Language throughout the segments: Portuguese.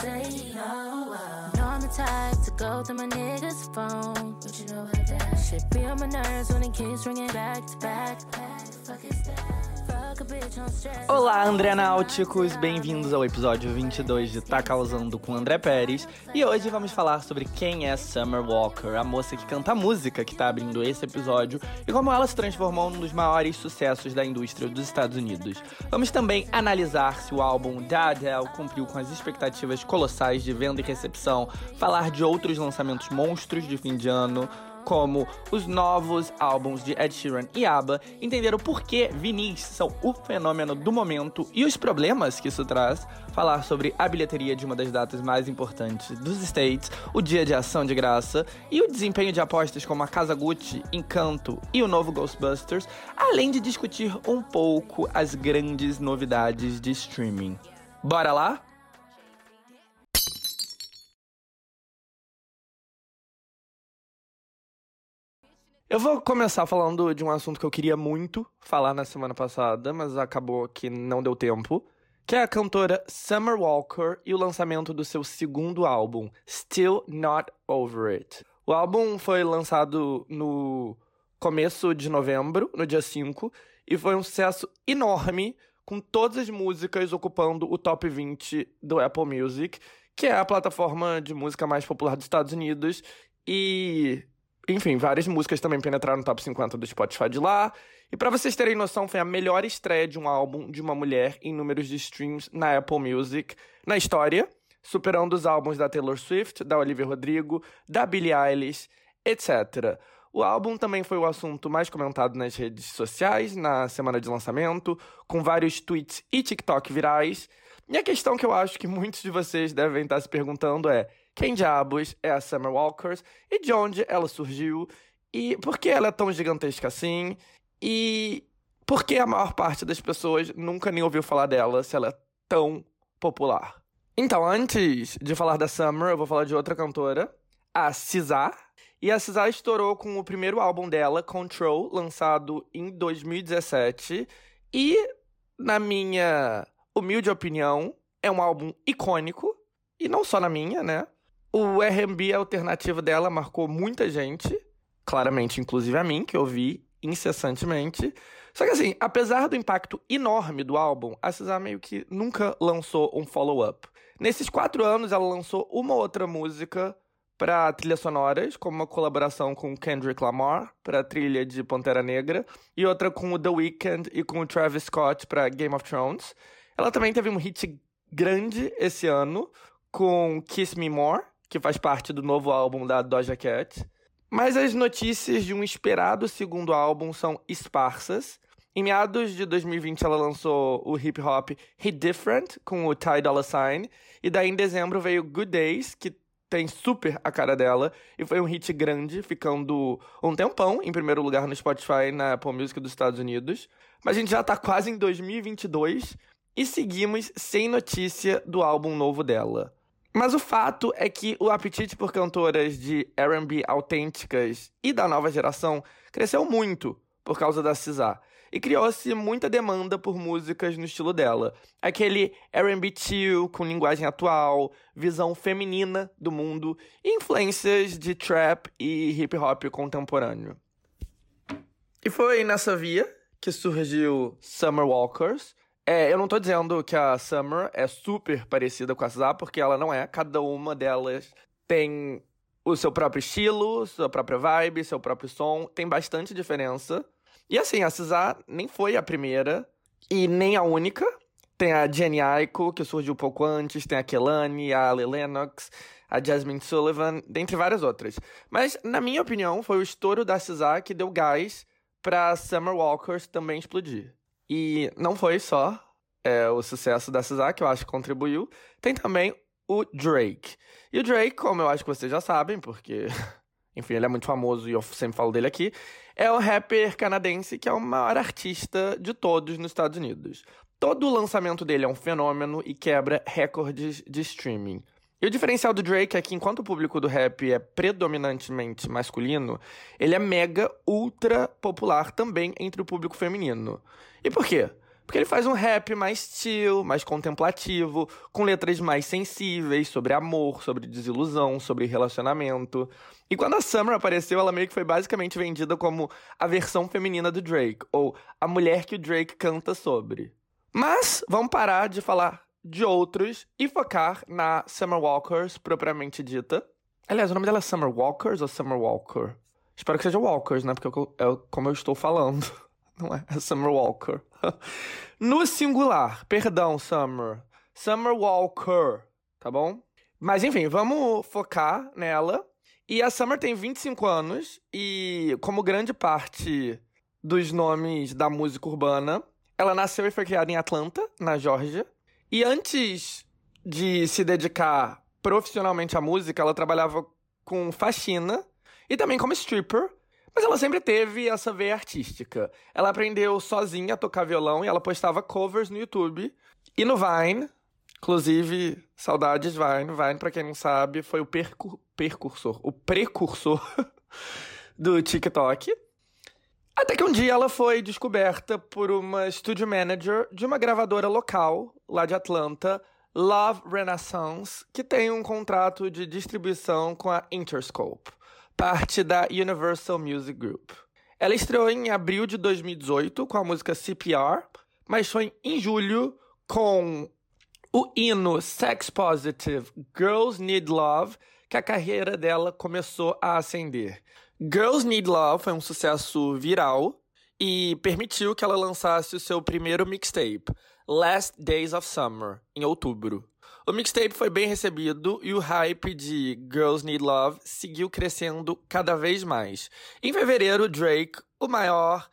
say, oh, wow. Know I'm the type to go through my nigga's phone, but you know about that shit be on my nerves when it keeps ringing back to back. Fuck is that? Olá, Andreanáuticos! Bem-vindos ao episódio 22 de Tá Causando com André Pérez. E hoje vamos falar sobre quem é Summer Walker, a moça que canta a música que tá abrindo esse episódio e como ela se transformou num dos maiores sucessos da indústria dos Estados Unidos. Vamos também analisar se o álbum da Adele cumpriu com as expectativas colossais de venda e recepção, falar de outros lançamentos monstros de fim de ano, como os novos álbuns de Ed Sheeran e ABBA, entender o porquê vinis são o fenômeno do momento e os problemas que isso traz, falar sobre a bilheteria de uma das datas mais importantes dos States, o Dia de Ação de Graça e o desempenho de apostas como a Casa Gucci, Encanto e o novo Ghostbusters, além de discutir um pouco as grandes novidades de streaming. Bora lá? Eu vou começar falando de um assunto que eu queria muito falar na semana passada, mas acabou que não deu tempo, que é a cantora Summer Walker e o lançamento do seu segundo álbum, Still Not Over It. O álbum foi lançado no começo de novembro, no dia 5, e foi um sucesso enorme, com todas as músicas ocupando o top 20 do Apple Music, que é a plataforma de música mais popular dos Estados Unidos, e enfim, várias músicas também penetraram no top 50 do Spotify de lá. E pra vocês terem noção, foi a melhor estreia de um álbum de uma mulher em números de streams na Apple Music na história, superando os álbuns da Taylor Swift, da Olivia Rodrigo, da Billie Eilish, etc. O álbum também foi o assunto mais comentado nas redes sociais na semana de lançamento, com vários tweets e TikTok virais. E a questão que eu acho que muitos de vocês devem estar se perguntando é: quem diabos é a Summer Walker e de onde ela surgiu? E por que ela é tão gigantesca assim? E por que a maior parte das pessoas nunca nem ouviu falar dela se ela é tão popular? Então, antes de falar da Summer, eu vou falar de outra cantora, a SZA. E a SZA estourou com o primeiro álbum dela, Control, lançado em 2017. E, na minha humilde opinião, é um álbum icônico. E não só na minha, né? O R&B alternativo dela marcou muita gente, claramente inclusive a mim, que eu ouvi incessantemente. Só que assim, apesar do impacto enorme do álbum, a SZA meio que nunca lançou um follow-up. Nesses 4 anos, ela lançou uma outra música para trilhas sonoras, como uma colaboração com Kendrick Lamar, para a trilha de Pantera Negra, e outra com o The Weeknd e com o Travis Scott para Game of Thrones. Ela também teve um hit grande esse ano, com Kiss Me More, que faz parte do novo álbum da Doja Cat. Mas as notícias de um esperado segundo álbum são esparsas. Em meados de 2020, ela lançou o hip hop Hit Different, com o Ty Dolla $ign. E daí, em dezembro, veio Good Days, que tem super a cara dela. E foi um hit grande, ficando um tempão em primeiro lugar no Spotify e na Apple Music dos Estados Unidos. Mas a gente já tá quase em 2022 e seguimos sem notícia do álbum novo dela. Mas o fato é que o apetite por cantoras de R&B autênticas e da nova geração cresceu muito por causa da SZA. E criou-se muita demanda por músicas no estilo dela. Aquele R&B chill, com linguagem atual, visão feminina do mundo e influências de trap e hip hop contemporâneo. E foi nessa via que surgiu Summer Walkers. Eu não tô dizendo que a Summer é super parecida com a SZA, porque ela não é. Cada uma delas tem o seu próprio estilo, sua própria vibe, seu próprio som. Tem bastante diferença. E assim, a SZA nem foi a primeira e nem a única. Tem a Jenny Aiko, que surgiu um pouco antes. Tem a Kehlani, a Ali Lennox, a Jasmine Sullivan, dentre várias outras. Mas, na minha opinião, foi o estouro da SZA que deu gás pra Summer Walker também explodir. E não foi só o sucesso da SZA, que eu acho que contribuiu. Tem também o Drake. E o Drake, como eu acho que vocês já sabem, porque, enfim, ele é muito famoso e eu sempre falo dele aqui, é o rapper canadense que é o maior artista de todos nos Estados Unidos. Todo o lançamento dele é um fenômeno e quebra recordes de streaming. E o diferencial do Drake é que, enquanto o público do rap é predominantemente masculino, ele é mega, ultra popular também entre o público feminino. E por quê? Porque ele faz um rap mais chill, mais contemplativo, com letras mais sensíveis sobre amor, sobre desilusão, sobre relacionamento. E quando a Summer apareceu, ela meio que foi basicamente vendida como a versão feminina do Drake, ou a mulher que o Drake canta sobre. Mas vamos parar de falar de outros e focar na Summer Walkers propriamente dita. Aliás, o nome dela é Summer Walkers ou Summer Walker? Espero que seja Walkers, né? Porque é como eu estou falando. Não é Summer Walker. No singular, perdão, Summer. Summer Walker, tá bom? Mas enfim, vamos focar nela. E a Summer tem 25 anos e, como grande parte dos nomes da música urbana, ela nasceu e foi criada em Atlanta, na Geórgia. E antes de se dedicar profissionalmente à música, ela trabalhava com faxina e também como stripper. Mas ela sempre teve essa veia artística. Ela aprendeu sozinha a tocar violão e ela postava covers no YouTube e no Vine. Inclusive, saudades Vine. Vine, pra quem não sabe, foi o precursor do TikTok. Até que um dia ela foi descoberta por uma studio manager de uma gravadora local, lá de Atlanta, Love Renaissance, que tem um contrato de distribuição com a Interscope, parte da Universal Music Group. Ela estreou em abril de 2018 com a música CPR, mas foi em julho com o hino Sex Positive Girls Need Love que a carreira dela começou a ascender. Girls Need Love foi um sucesso viral e permitiu que ela lançasse o seu primeiro mixtape, Last Days of Summer, em outubro. O mixtape foi bem recebido e o hype de Girls Need Love seguiu crescendo cada vez mais. Em fevereiro, Drake, o maior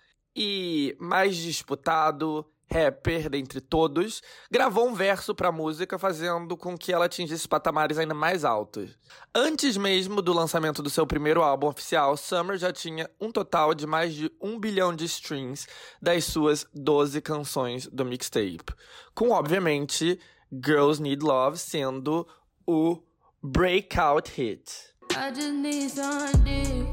e mais disputado rapper dentre todos, gravou um verso pra música, fazendo com que ela atingisse patamares ainda mais altos. Antes mesmo do lançamento do seu primeiro álbum oficial, Summer já tinha um total de mais de 1 bilhão de streams das suas 12 canções do mixtape, com, obviamente, Girls Need Love sendo o breakout hit. I just need some dick,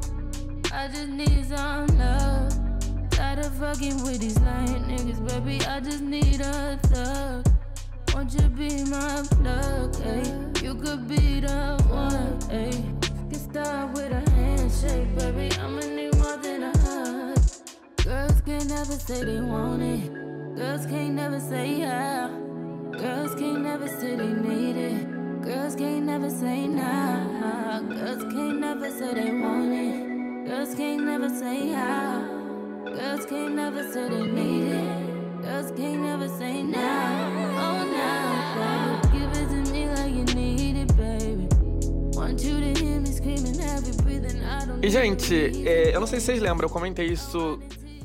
I just need some love. Tired of fucking with these lying niggas, baby, I just need a thug. Won't you be my plug, ayy? You could be the one, ayy. Get started with a handshake, baby, I'ma need more than a hug. Girls can't never say they want it. Girls can't never say yeah. Girls can't never say they need it. Girls can't never say nah. Girls can't never say they want it. Girls can't never say yeah. Girls can't never say they need it. Girls can't never say nah. Oh, nah, baby. Give it to me like you need it, baby. Want you to hear me screaming, heavy breathing. I don't. E, gente, eu não sei se vocês lembram, eu comentei isso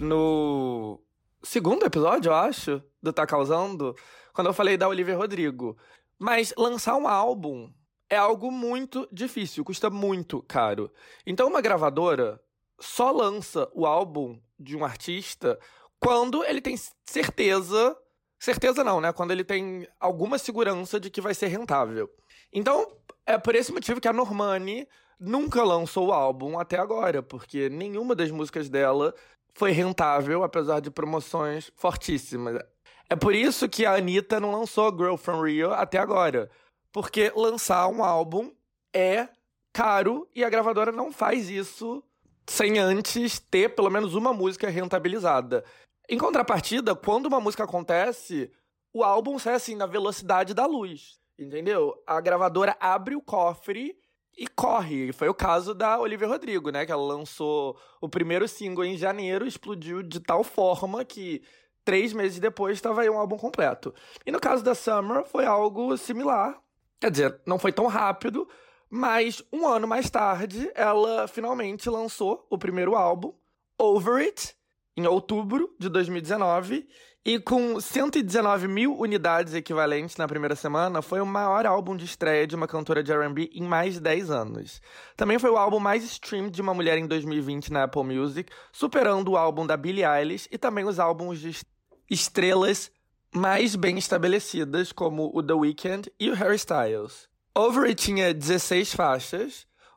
no segundo episódio, eu acho, do Tá Causando, quando eu falei da Olivia Rodrigo. Mas lançar um álbum é algo muito difícil, custa muito caro. Então uma gravadora só lança o álbum de um artista quando ele tem certeza não, né? Quando ele tem alguma segurança de que vai ser rentável. Então, é por esse motivo que a Normani nunca lançou o álbum até agora, porque nenhuma das músicas dela foi rentável, apesar de promoções fortíssimas. É por isso que a Anitta não lançou Girl From Rio até agora, porque lançar um álbum é caro e a gravadora não faz isso sem antes ter pelo menos uma música rentabilizada. Em contrapartida, quando uma música acontece, o álbum sai assim na velocidade da luz, entendeu? A gravadora abre o cofre e corre. Foi o caso da Olivia Rodrigo, né? Que ela lançou o primeiro single em janeiro, explodiu de tal forma que 3 meses depois estava aí um álbum completo. E no caso da Summer, foi algo similar. Quer dizer, não foi tão rápido, mas 1 ano mais tarde, ela finalmente lançou o primeiro álbum, Over It, em outubro de 2019, e com 119 mil unidades equivalentes na primeira semana, foi o maior álbum de estreia de uma cantora de R&B em mais de 10 anos. Também foi o álbum mais streamed de uma mulher em 2020 na Apple Music, superando o álbum da Billie Eilish e também os álbuns de estrelas mais bem estabelecidas, como o The Weeknd e o Harry Styles. Over It tinha 16 faixas,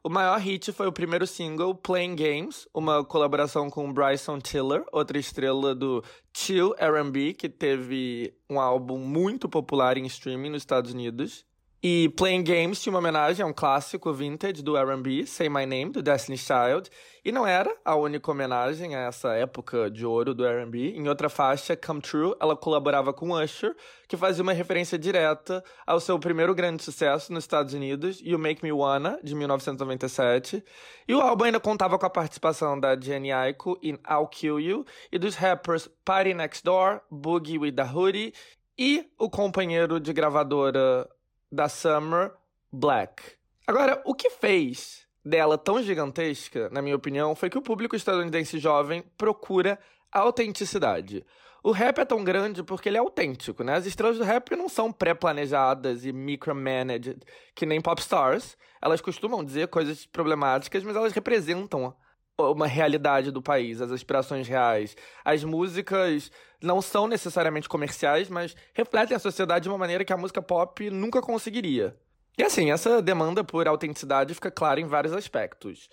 O maior hit foi o primeiro single, Playing Games, uma colaboração com Bryson Tiller, outra estrela do Chill R&B, que teve um álbum muito popular em streaming nos Estados Unidos. E Playing Games tinha uma homenagem a um clássico vintage do R&B, Say My Name, do Destiny's Child. E não era a única homenagem a essa época de ouro do R&B. Em outra faixa, Come True, ela colaborava com Usher, que fazia uma referência direta ao seu primeiro grande sucesso nos Estados Unidos, You Make Me Wanna, de 1997. E o álbum ainda contava com a participação da Jhené Aiko em I'll Kill You, e dos rappers Party Next Door, Boogie with the Hoodie, e o companheiro de gravadora da Summer, Black. Agora, o que fez dela tão gigantesca, na minha opinião, foi que o público estadunidense jovem procura autenticidade. O rap é tão grande porque ele é autêntico, né? As estrelas do rap não são pré-planejadas e micromanaged, que nem pop stars. Elas costumam dizer coisas problemáticas, mas elas representam uma realidade do país, as aspirações reais. As músicas não são necessariamente comerciais, mas refletem a sociedade de uma maneira que a música pop nunca conseguiria. E assim, essa demanda por autenticidade fica clara em vários aspectos.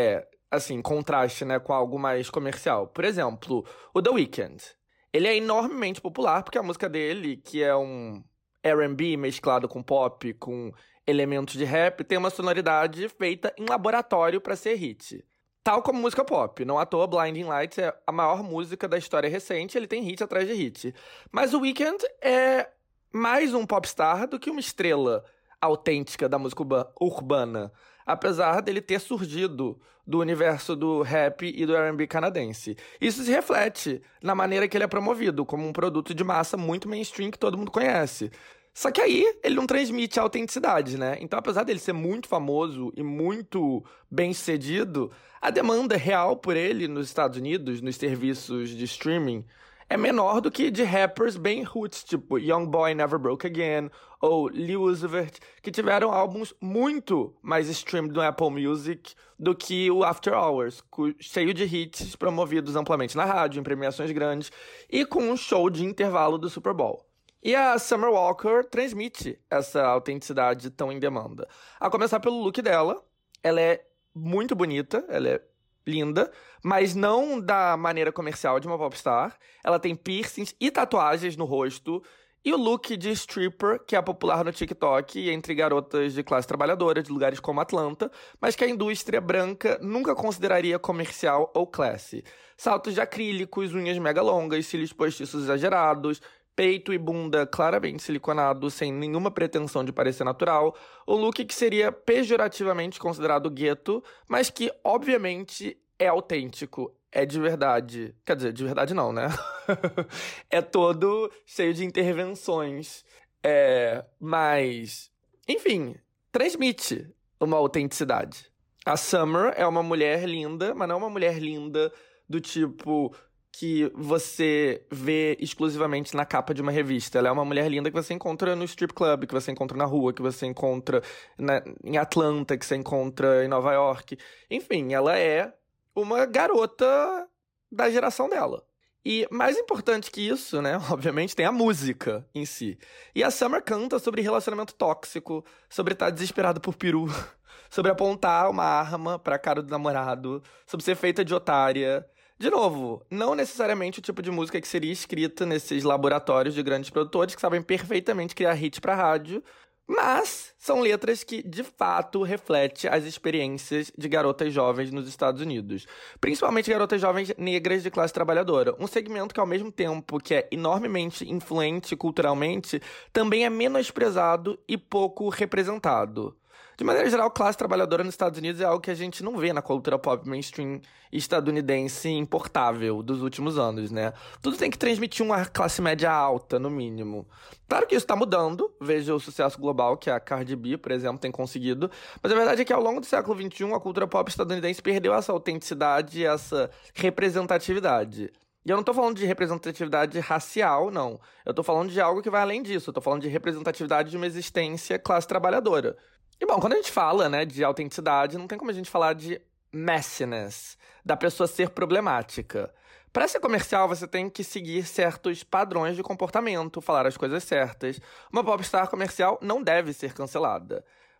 Contraste, né, com algo mais comercial. Por exemplo, o The Weeknd. Ele é enormemente popular porque a música dele, que é um R&B mesclado com pop, com elementos de rap, tem uma sonoridade feita em laboratório para ser hit. Tal como música pop. Não à toa, Blinding Lights é a maior música da história recente, ele tem hit atrás de hit. Mas o Weeknd é mais um popstar do que uma estrela autêntica da música urbana, apesar dele ter surgido do universo do rap e do R&B canadense. Isso se reflete na maneira que ele é promovido, como um produto de massa muito mainstream que todo mundo conhece. Só que aí ele não transmite a autenticidade, né? Então, apesar dele ser muito famoso e muito bem-sucedido, a demanda real por ele nos Estados Unidos, nos serviços de streaming, é menor do que de rappers bem roots, tipo Young Boy Never Broke Again ou Lil Uzi Vert, que tiveram álbuns muito mais streamed no Apple Music do que o After Hours, cheio de hits promovidos amplamente na rádio, em premiações grandes e com um show de intervalo do Super Bowl. E a Summer Walker transmite essa autenticidade tão em demanda. A começar pelo look dela, ela é muito bonita, ela é linda, mas não da maneira comercial de uma popstar. Ela tem piercings e tatuagens no rosto. E o look de stripper, que é popular no TikTok entre garotas de classe trabalhadora de lugares como Atlanta, mas que a indústria branca nunca consideraria comercial ou classy. Saltos de acrílicos, unhas mega longas, cílios postiços exagerados, peito e bunda claramente siliconado, sem nenhuma pretensão de parecer natural. O look que seria pejorativamente considerado gueto, mas que, obviamente, é autêntico, é de verdade. Quer dizer, de verdade não, né? É todo cheio de intervenções. Mas, enfim, transmite uma autenticidade. A Summer é uma mulher linda, mas não uma mulher linda do tipo que você vê exclusivamente na capa de uma revista. Ela é uma mulher linda que você encontra no strip club, que você encontra na rua, que você encontra em Atlanta, que você encontra em Nova York. Enfim, ela é uma garota da geração dela. E mais importante que isso, né, obviamente, tem a música em si. E a Summer canta sobre relacionamento tóxico, sobre estar desesperado por peru, sobre apontar uma arma pra cara do namorado, sobre ser feita de otária. De novo, não necessariamente o tipo de música que seria escrita nesses laboratórios de grandes produtores que sabem perfeitamente criar hits pra rádio, mas são letras que, de fato, refletem as experiências de garotas jovens nos Estados Unidos. Principalmente garotas jovens negras de classe trabalhadora. Um segmento que, ao mesmo tempo que é enormemente influente culturalmente, também é menosprezado e pouco representado. De maneira geral, classe trabalhadora nos Estados Unidos é algo que a gente não vê na cultura pop mainstream estadunidense importável dos últimos anos, né? Tudo tem que transmitir uma classe média alta, no mínimo. Claro que isso tá mudando, veja o sucesso global que a Cardi B, por exemplo, tem conseguido, mas a verdade é que ao longo do século XXI a cultura pop estadunidense perdeu essa autenticidade e essa representatividade. E eu não tô falando de representatividade racial, não. Eu tô falando de algo que vai além disso. Eu tô falando de representatividade de uma existência classe trabalhadora. E bom, quando a gente fala, né, de autenticidade, não tem como a gente falar de messiness, da pessoa ser problemática. Para ser comercial, você tem que seguir certos padrões de comportamento, falar as coisas certas. Uma popstar comercial não deve ser cancelada.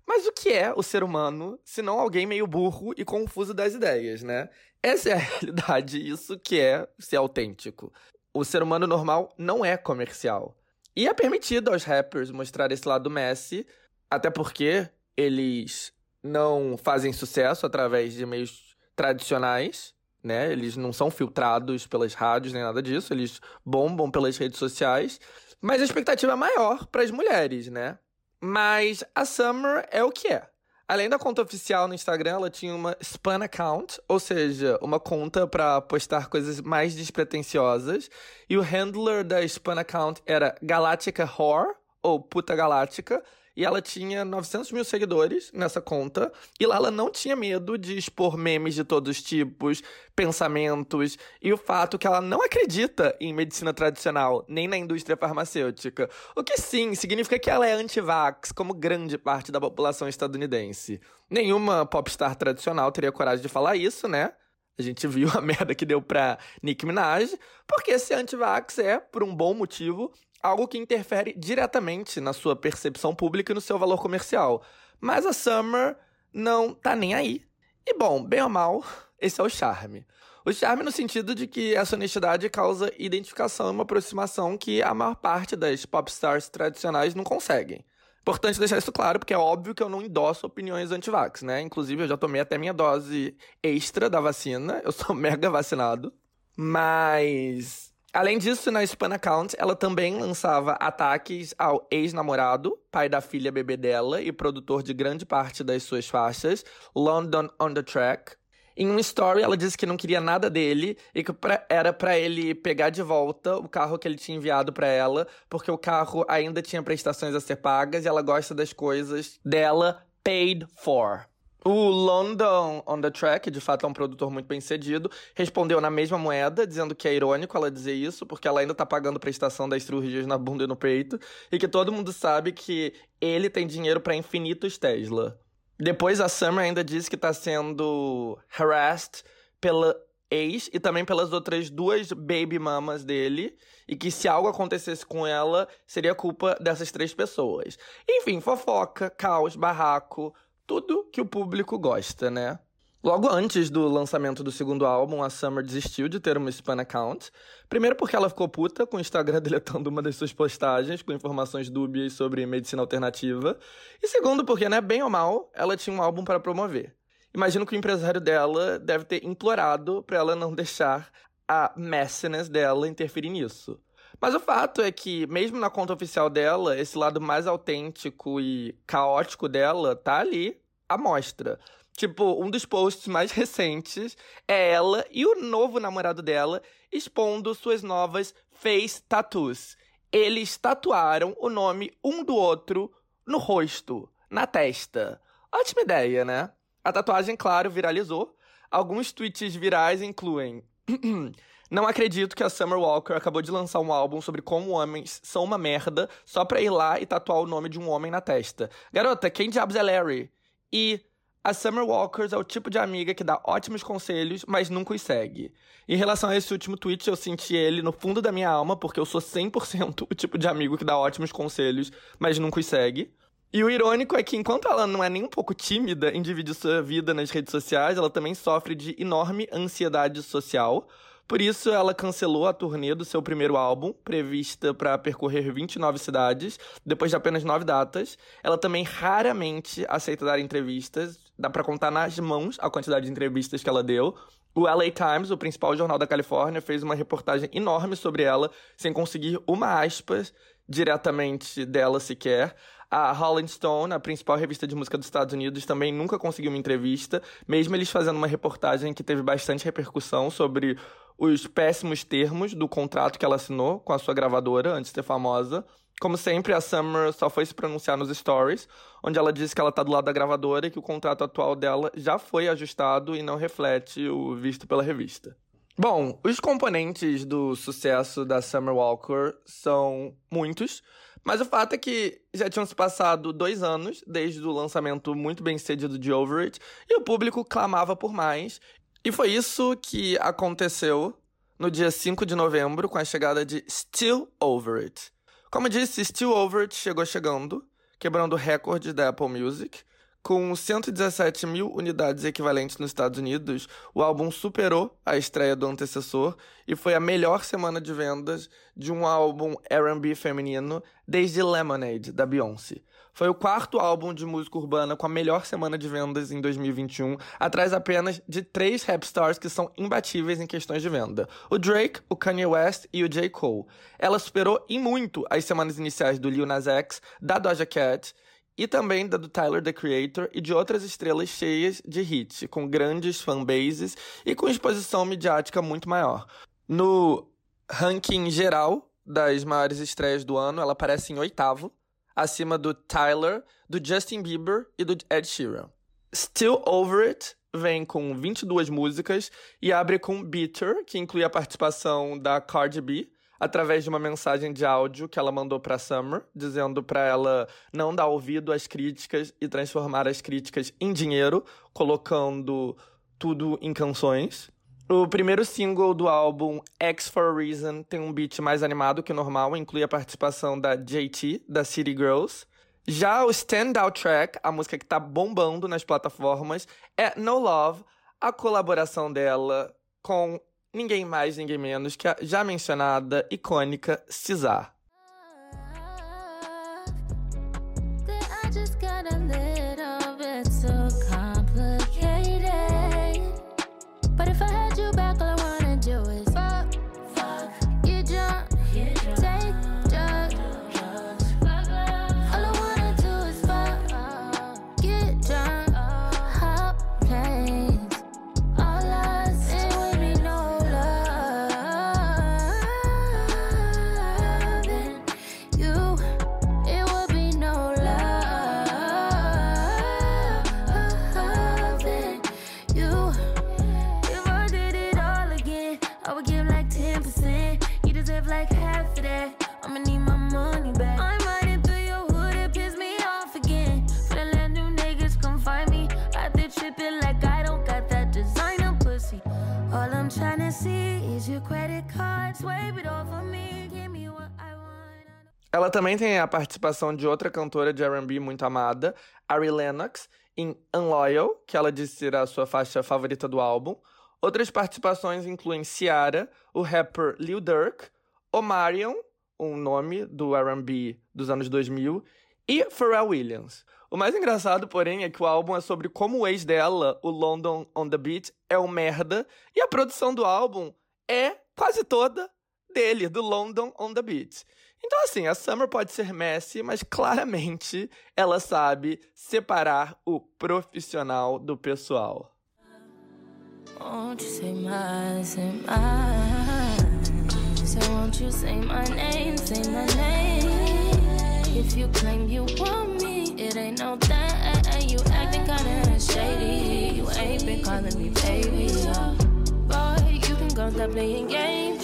Mas o que é o ser humano, se não alguém meio burro e confuso das ideias, né? Essa é a realidade, isso que é ser autêntico. O ser humano normal não é comercial. E é permitido aos rappers mostrar esse lado Messi, até porque eles não fazem sucesso através de meios tradicionais, né? Eles não são filtrados pelas rádios nem nada disso, eles bombam pelas redes sociais. Mas a expectativa é maior para as mulheres, né? Mas a Summer é o que é. Além da conta oficial no Instagram, ela tinha uma spam account, ou seja, uma conta para postar coisas mais despretensiosas. E o handler da spam account era Galáctica Whore, ou Puta Galáctica. E ela tinha 900 mil seguidores nessa conta. E lá ela não tinha medo de expor memes de todos os tipos, pensamentos. E o fato que ela não acredita em medicina tradicional, nem na indústria farmacêutica. O que sim, significa que ela é anti-vax, como grande parte da população estadunidense. Nenhuma popstar tradicional teria coragem de falar isso, né? A gente viu a merda que deu pra Nicki Minaj. Porque ser anti-vax é, por um bom motivo, algo que interfere diretamente na sua percepção pública e no seu valor comercial. Mas a Summer não tá nem aí. E bom, bem ou mal, esse é o charme. O charme no sentido de que essa honestidade causa identificação e uma aproximação que a maior parte das popstars tradicionais não conseguem. Importante deixar isso claro, porque é óbvio que eu não endosso opiniões anti-vax, né? Inclusive, eu já tomei até minha dose extra da vacina, eu sou mega vacinado. Mas além disso, na spam account, ela também lançava ataques ao ex-namorado, pai da filha bebê dela e produtor de grande parte das suas faixas, London on the Track. Em um story, ela disse que não queria nada dele e que era pra ele pegar de volta o carro que ele tinha enviado pra ela, porque o carro ainda tinha prestações a ser pagas e ela gosta das coisas dela paid for. O London on the Track, de fato é um produtor muito bem-sucedido, respondeu na mesma moeda, dizendo que é irônico ela dizer isso, porque ela ainda tá pagando prestação das cirurgias na bunda e no peito, e que todo mundo sabe que ele tem dinheiro pra infinitos Tesla. Depois a Summer ainda disse que tá sendo harassed pela ex e também pelas outras duas baby mamas dele, e que se algo acontecesse com ela, seria culpa dessas 3 pessoas. Enfim, fofoca, caos, barraco, tudo que o público gosta, né? Logo antes do lançamento do segundo álbum, a Summer desistiu de ter uma spam account. Primeiro porque ela ficou puta com o Instagram deletando uma das suas postagens com informações dúbias sobre medicina alternativa. E segundo porque, né, bem ou mal, ela tinha um álbum para promover. Imagino que o empresário dela deve ter implorado para ela não deixar a messiness dela interferir nisso. Mas o fato é que, mesmo na conta oficial dela, esse lado mais autêntico e caótico dela tá ali à mostra. Tipo, um dos posts mais recentes é ela e o novo namorado dela expondo suas novas face tattoos. Eles tatuaram o nome um do outro no rosto, na testa. Ótima ideia, né? A tatuagem, claro, viralizou. Alguns tweets virais incluem: não acredito que a Summer Walker acabou de lançar um álbum sobre como homens são uma merda só pra ir lá e tatuar o nome de um homem na testa. Garota, quem diabos é Larry? E a Summer Walker é o tipo de amiga que dá ótimos conselhos, mas nunca os segue. Em relação a esse último tweet, eu senti ele no fundo da minha alma, porque eu sou 100% o tipo de amigo que dá ótimos conselhos, mas nunca os segue. E o irônico é que, enquanto ela não é nem um pouco tímida em dividir sua vida nas redes sociais, ela também sofre de enorme ansiedade social. Por isso, ela cancelou a turnê do seu primeiro álbum, prevista para percorrer 29 cidades, depois de apenas 9 datas. Ela também raramente aceita dar entrevistas, dá para contar nas mãos a quantidade de entrevistas que ela deu. O LA Times, o principal jornal da Califórnia, fez uma reportagem enorme sobre ela, sem conseguir uma aspas diretamente dela sequer. A Rolling Stone, a principal revista de música dos Estados Unidos, também nunca conseguiu uma entrevista, mesmo eles fazendo uma reportagem que teve bastante repercussão sobre os péssimos termos do contrato que ela assinou com a sua gravadora antes de ser famosa. Como sempre, a Summer só foi se pronunciar nos stories, onde ela disse que ela tá do lado da gravadora e que o contrato atual dela já foi ajustado e não reflete o visto pela revista. Bom, os componentes do sucesso da Summer Walker são muitos, mas o fato é que já tinham se passado 2 anos desde o lançamento muito bem-sucedido de Over It, e o público clamava por mais. E foi isso que aconteceu no dia 5 de novembro, com a chegada de Still Over It. Como disse, Still Over It chegou chegando, quebrando recordes da Apple Music. Com 117 mil unidades equivalentes nos Estados Unidos, o álbum superou a estreia do antecessor e foi a melhor semana de vendas de um álbum R&B feminino desde Lemonade, da Beyoncé. Foi o quarto álbum de música urbana com a melhor semana de vendas em 2021, atrás apenas de 3 rap stars que são imbatíveis em questões de venda: o Drake, o Kanye West e o J. Cole. Ela superou em muito as semanas iniciais do Lil Nas X, da Doja Cat e também da do Tyler, The Creator, e de outras estrelas cheias de hit, com grandes fanbases e com exposição midiática muito maior. No ranking geral das maiores estreias do ano, ela aparece em 8º, acima do Tyler, do Justin Bieber e do Ed Sheeran. Still Over It vem com 22 músicas e abre com Bitter, que inclui a participação da Cardi B, através de uma mensagem de áudio que ela mandou para Summer, dizendo para ela não dar ouvido às críticas e transformar as críticas em dinheiro, colocando tudo em canções. O primeiro single do álbum, X for a Reason, tem um beat mais animado que o normal, inclui a participação da JT, da City Girls. Já o standout track, a música que tá bombando nas plataformas, é No Love, a colaboração dela com ninguém mais, ninguém menos que a já mencionada, icônica SZA. Ela também tem a participação de outra cantora de R&B muito amada, Ari Lennox, em Unloyal, que ela disse ser a sua faixa favorita do álbum. Outras participações incluem Ciara, o rapper Lil Durk, Omarion, um nome do R&B dos anos 2000, e Pharrell Williams. O mais engraçado, porém, é que o álbum é sobre como o ex dela, o London on the Beat, é um merda, e a produção do álbum é quase toda dele, do London on the Beat. Então, assim, a Summer pode ser messy, mas claramente ela sabe separar o profissional do pessoal. Won't you say my, so won't you say my name, if you claim you want me, it ain't no thing, you acting kinda shady, you ain't been calling me baby, boy, you can go stop playing games,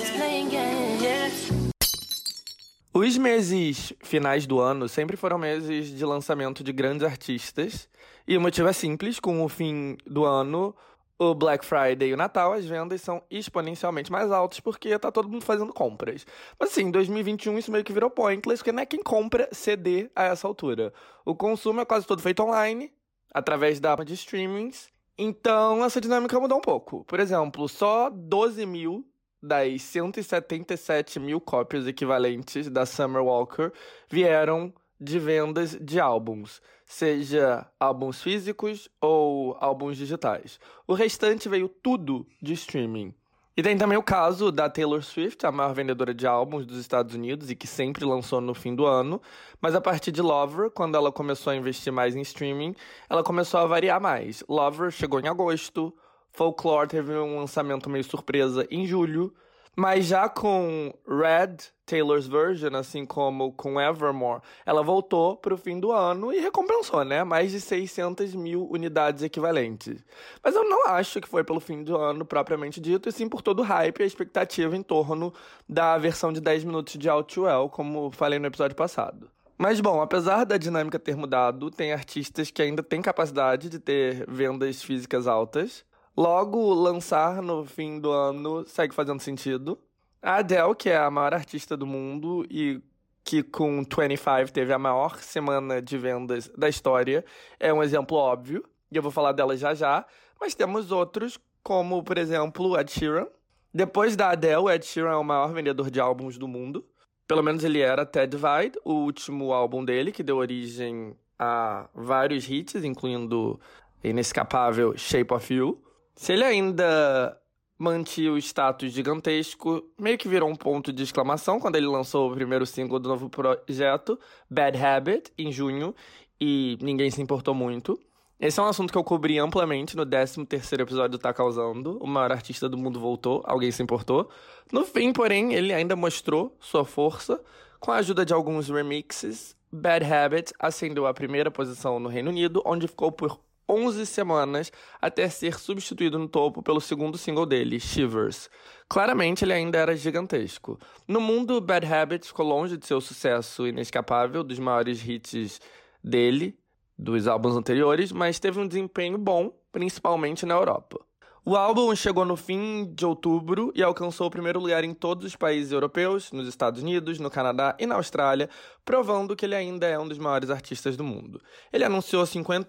Os meses finais do ano sempre foram meses de lançamento de grandes artistas, e o motivo é simples: com o fim do ano, o Black Friday e o Natal, as vendas são exponencialmente mais altas porque tá todo mundo fazendo compras. Mas assim, em 2021 isso meio que virou pointless, porque não é quem compra CD a essa altura. O consumo é quase todo feito online, através da de streamings, então essa dinâmica mudou um pouco. Por exemplo, só 12 mil das 177 mil cópias equivalentes da Summer Walker vieram de vendas de álbuns, seja álbuns físicos ou álbuns digitais. O restante veio tudo de streaming. E tem também o caso da Taylor Swift, a maior vendedora de álbuns dos Estados Unidos e que sempre lançou no fim do ano, mas a partir de Lover, quando ela começou a investir mais em streaming, ela começou a variar mais. Lover chegou em agosto, Folklore teve um lançamento meio surpresa em julho, mas já com Red, Taylor's Version, assim como com Evermore, ela voltou pro fim do ano e recompensou, né? Mais de 600 mil unidades equivalentes. Mas eu não acho que foi pelo fim do ano propriamente dito, e sim por todo o hype e a expectativa em torno da versão de 10 minutos de Outwell, como falei no episódio passado. Mas, bom, apesar da dinâmica ter mudado, tem artistas que ainda têm capacidade de ter vendas físicas altas. Logo, lançar no fim do ano segue fazendo sentido. A Adele, que é a maior artista do mundo e que com 25 teve a maior semana de vendas da história, é um exemplo óbvio, e eu vou falar dela já já, mas temos outros, como, por exemplo, Ed Sheeran. Depois da Adele, Ed Sheeran é o maior vendedor de álbuns do mundo. Pelo menos ele era até Divide, o último álbum dele, que deu origem a vários hits, incluindo inescapável Shape of You. Se ele ainda mantinha o status gigantesco, meio que virou um ponto de exclamação quando ele lançou o primeiro single do novo projeto, Bad Habit, em junho, e ninguém se importou muito. Esse é um assunto que eu cobri amplamente no 13º episódio do Tá Causando. O maior artista do mundo voltou, alguém se importou. No fim, porém, ele ainda mostrou sua força. Com a ajuda de alguns remixes, Bad Habit ascendeu à primeira posição no Reino Unido, onde ficou por 11 semanas até ser substituído no topo pelo segundo single dele, Shivers. Claramente, ele ainda era gigantesco. No mundo, Bad Habit ficou longe de seu sucesso inescapável, dos maiores hits dele, dos álbuns anteriores, mas teve um desempenho bom, principalmente na Europa. O álbum chegou no fim de outubro e alcançou o primeiro lugar em todos os países europeus, nos Estados Unidos, no Canadá e na Austrália, provando que ele ainda é um dos maiores artistas do mundo. Ele anunciou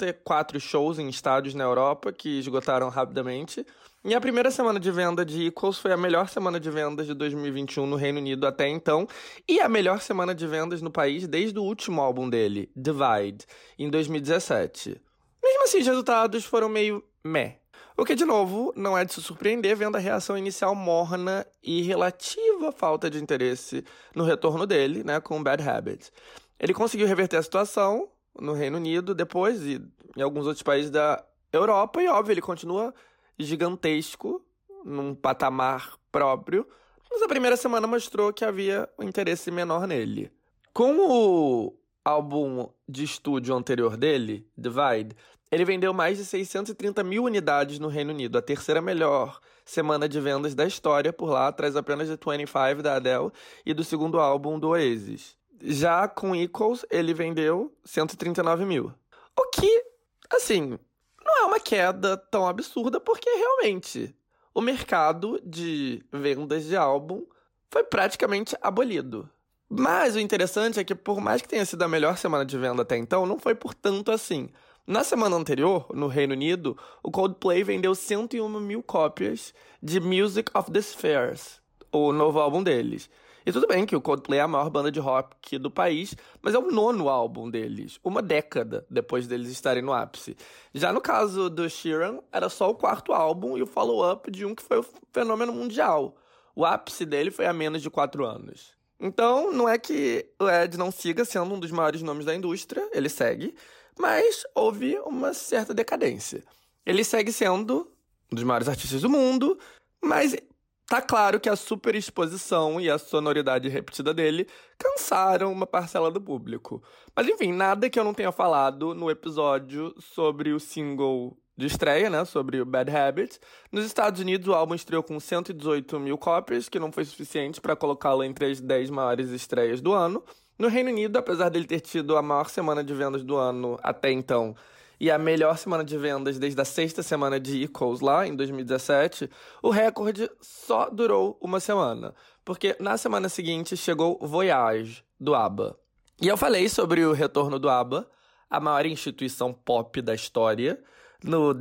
54 shows em estádios na Europa, que esgotaram rapidamente, e a primeira semana de venda de Equals foi a melhor semana de vendas de 2021 no Reino Unido até então, e a melhor semana de vendas no país desde o último álbum dele, Divide, em 2017. Mesmo assim, os resultados foram meio meh. O que, de novo, não é de se surpreender vendo a reação inicial morna e relativa falta de interesse no retorno dele, né, com Bad Habit. Ele conseguiu reverter a situação no Reino Unido depois e em alguns outros países da Europa, e óbvio, ele continua gigantesco, num patamar próprio, mas a primeira semana mostrou que havia um interesse menor nele. Com o álbum de estúdio anterior dele, Divide, ele vendeu mais de 630 mil unidades no Reino Unido, a terceira melhor semana de vendas da história por lá, atrás apenas de 25 da Adele e do segundo álbum do Oasis. Já com Equals, ele vendeu 139 mil. O que, assim, não é uma queda tão absurda, porque realmente o mercado de vendas de álbum foi praticamente abolido. Mas o interessante é que, por mais que tenha sido a melhor semana de venda até então, não foi por tanto assim. Na semana anterior, no Reino Unido, o Coldplay vendeu 101 mil cópias de Music of the Spheres, o novo álbum deles. E tudo bem que o Coldplay é a maior banda de rock do país, mas é o 9º álbum deles, uma década depois deles estarem no ápice. Já no caso do Sheeran, era só o 4º álbum e o follow-up de um que foi o fenômeno mundial. O ápice dele foi há menos de 4 anos. Então, não é que o Ed não siga sendo um dos maiores nomes da indústria, ele segue, mas houve uma certa decadência. Ele segue sendo um dos maiores artistas do mundo, mas tá claro que a superexposição e a sonoridade repetida dele cansaram uma parcela do público. Mas enfim, nada que eu não tenha falado no episódio sobre o single de estreia, né, sobre o Bad Habit. Nos Estados Unidos, o álbum estreou com 118 mil cópias, que não foi suficiente para colocá-lo entre as 10 maiores estreias do ano. No Reino Unido, apesar dele ter tido a maior semana de vendas do ano até então e a melhor semana de vendas desde a 6ª semana de Equals lá, em 2017, o recorde só durou uma semana, porque na semana seguinte chegou Voyage, do ABBA. E eu falei sobre o retorno do ABBA, a maior instituição pop da história, no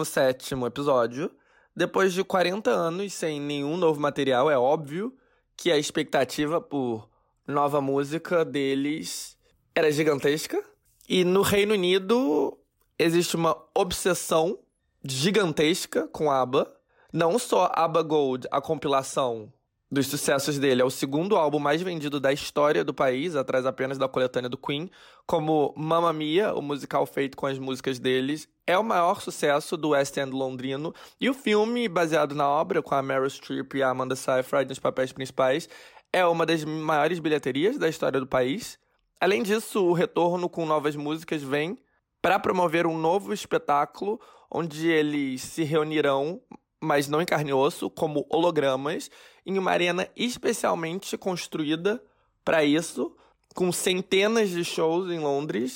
17º episódio. Depois de 40 anos sem nenhum novo material, é óbvio que a expectativa por nova música deles era gigantesca. E no Reino Unido existe uma obsessão gigantesca com ABBA. Não só ABBA Gold, a compilação dos sucessos dele, é o segundo álbum mais vendido da história do país, atrás apenas da coletânea do Queen, como Mamma Mia, o musical feito com as músicas deles, é o maior sucesso do West End londrino, e o filme, baseado na obra, com a Meryl Streep e a Amanda Seyfried nos papéis principais, é uma das maiores bilheterias da história do país. Além disso, o retorno com novas músicas vem para promover um novo espetáculo, onde eles se reunirão, mas não em carne e osso, como hologramas, em uma arena especialmente construída para isso, com centenas de shows em Londres,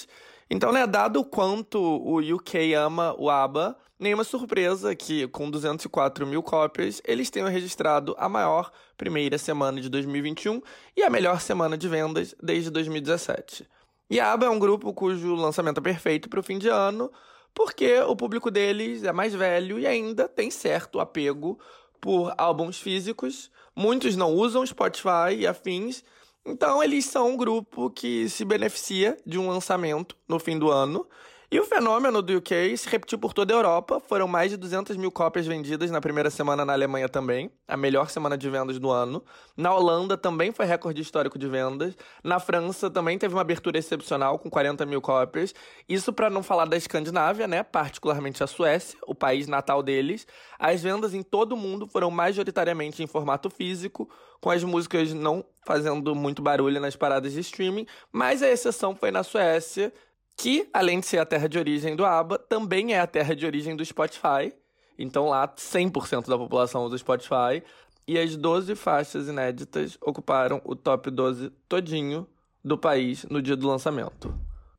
Então, né, dado o quanto o UK ama o ABBA, nenhuma surpresa que, com 204 mil cópias, eles tenham registrado a maior primeira semana de 2021 e a melhor semana de vendas desde 2017. E a ABBA é um grupo cujo lançamento é perfeito para o fim de ano, porque o público deles é mais velho e ainda tem certo apego por álbuns físicos. Muitos não usam Spotify e afins, então eles são um grupo que se beneficia de um lançamento no fim do ano. E o fenômeno do UK se repetiu por toda a Europa. Foram mais de 200 mil cópias vendidas na primeira semana na Alemanha também, a melhor semana de vendas do ano. Na Holanda também foi recorde histórico de vendas. Na França também teve uma abertura excepcional com 40 mil cópias. Isso para não falar da Escandinávia, né? Particularmente a Suécia, o país natal deles. As vendas em todo o mundo foram majoritariamente em formato físico, com as músicas não fazendo muito barulho nas paradas de streaming, mas a exceção foi na Suécia, que, além de ser a terra de origem do ABBA, também é a terra de origem do Spotify. Então lá 100% da população usa o Spotify. E as 12 faixas inéditas ocuparam o top 12 todinho do país no dia do lançamento.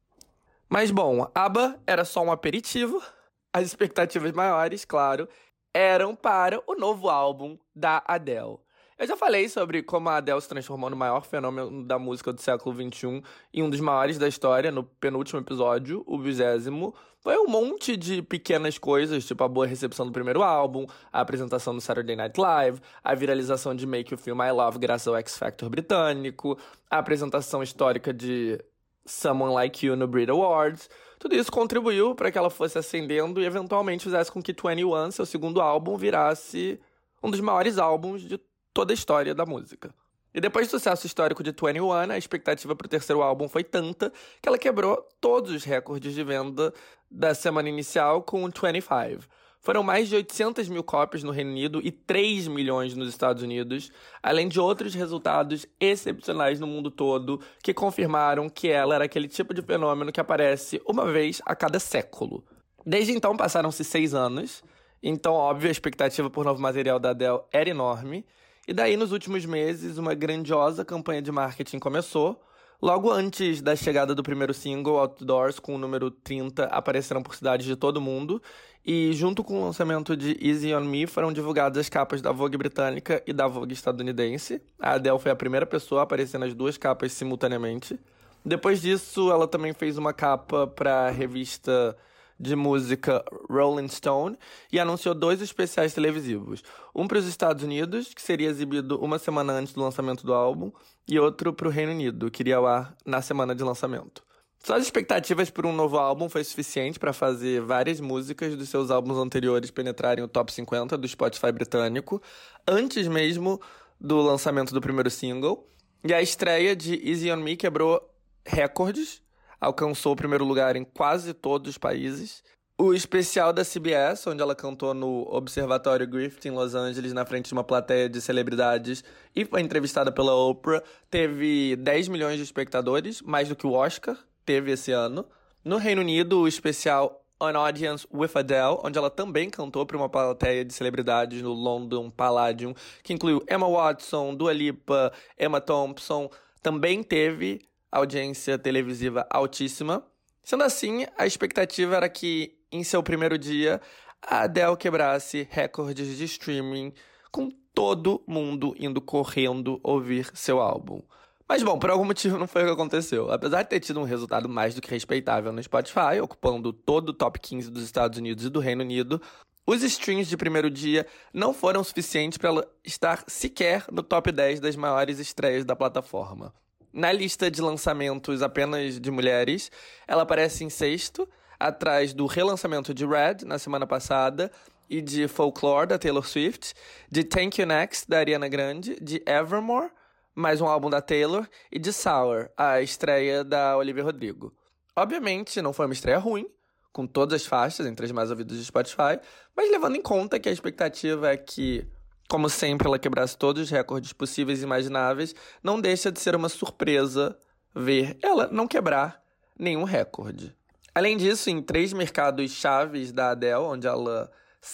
Mas bom, ABBA era só um aperitivo. As expectativas maiores, claro, eram para o novo álbum da Adele. Eu já falei sobre como a Adele se transformou no maior fenômeno da música do século XXI e um dos maiores da história, no penúltimo episódio, o 20º. Foi um monte de pequenas coisas, tipo a boa recepção do primeiro álbum, a apresentação no Saturday Night Live, a viralização de Make You Feel My Love graças ao X Factor britânico, a apresentação histórica de Someone Like You no Brit Awards. Tudo isso contribuiu para que ela fosse ascendendo e eventualmente fizesse com que 21, seu segundo álbum, virasse um dos maiores álbuns de toda a história da música. E depois do sucesso histórico de 21, a expectativa para o terceiro álbum foi tanta que ela quebrou todos os recordes de venda da semana inicial com o 25. Foram mais de 800 mil cópias no Reino Unido e 3 milhões nos Estados Unidos, além de outros resultados excepcionais no mundo todo que confirmaram que ela era aquele tipo de fenômeno que aparece uma vez a cada século. Desde então passaram-se 6 anos, então óbvio a expectativa por novo material da Adele era enorme. E daí, nos últimos meses, uma grandiosa campanha de marketing começou. Logo antes da chegada do primeiro single, Outdoors, com o número 30, apareceram por cidades de todo mundo. E, junto com o lançamento de Easy On Me, foram divulgadas as capas da Vogue britânica e da Vogue estadunidense. A Adele foi a primeira pessoa a aparecer nas duas capas simultaneamente. Depois disso, ela também fez uma capa para a revista de música Rolling Stone e anunciou 2 especiais televisivos. Um para os Estados Unidos, que seria exibido uma semana antes do lançamento do álbum, e outro para o Reino Unido, que iria ao ar na semana de lançamento. Só as expectativas por um novo álbum foi suficiente para fazer várias músicas dos seus álbuns anteriores penetrarem o top 50 do Spotify britânico, antes mesmo do lançamento do primeiro single. E a estreia de Easy On Me quebrou recordes, alcançou o primeiro lugar em quase todos os países. O especial da CBS, onde ela cantou no Observatório Griffith, em Los Angeles, na frente de uma plateia de celebridades, e foi entrevistada pela Oprah, teve 10 milhões de espectadores, mais do que o Oscar teve esse ano. No Reino Unido, o especial An Audience with Adele, onde ela também cantou para uma plateia de celebridades no London Palladium, que incluiu Emma Watson, Dua Lipa, Emma Thompson, também teve audiência televisiva altíssima. Sendo assim, a expectativa era que, em seu primeiro dia, a Adele quebrasse recordes de streaming, com todo mundo indo correndo ouvir seu álbum. Mas bom, por algum motivo não foi o que aconteceu. Apesar de ter tido um resultado mais do que respeitável no Spotify, ocupando todo o top 15 dos Estados Unidos e do Reino Unido, os streams de primeiro dia não foram suficientes para ela estar sequer no top 10 das maiores estreias da plataforma. Na lista de lançamentos apenas de mulheres, ela aparece em 6º, atrás do relançamento de Red, na semana passada, e de Folklore, da Taylor Swift, de Thank You Next, da Ariana Grande, de Evermore, mais um álbum da Taylor, e de Sour, a estreia da Olivia Rodrigo. Obviamente, não foi uma estreia ruim, com todas as faixas entre as mais ouvidas do Spotify, mas levando em conta que a expectativa é que, como sempre, ela quebrasse todos os recordes possíveis e imagináveis, não deixa de ser uma surpresa ver ela não quebrar nenhum recorde. Além disso, em 3 mercados chaves da Adele, onde ela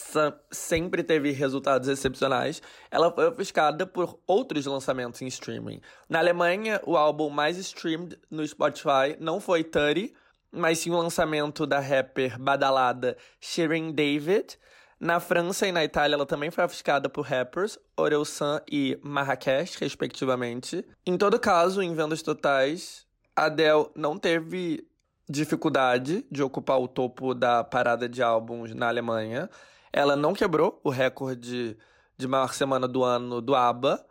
sempre teve resultados excepcionais, ela foi ofuscada por outros lançamentos em streaming. Na Alemanha, o álbum mais streamed no Spotify não foi 30, mas sim o lançamento da rapper badalada Shirin David. Na França e na Itália, ela também foi ofuscada por rappers Orelsan e Marrakech, respectivamente. Em todo caso, em vendas totais, a Adele não teve dificuldade de ocupar o topo da parada de álbuns na Alemanha. Ela não quebrou o recorde de maior semana do ano do ABBA,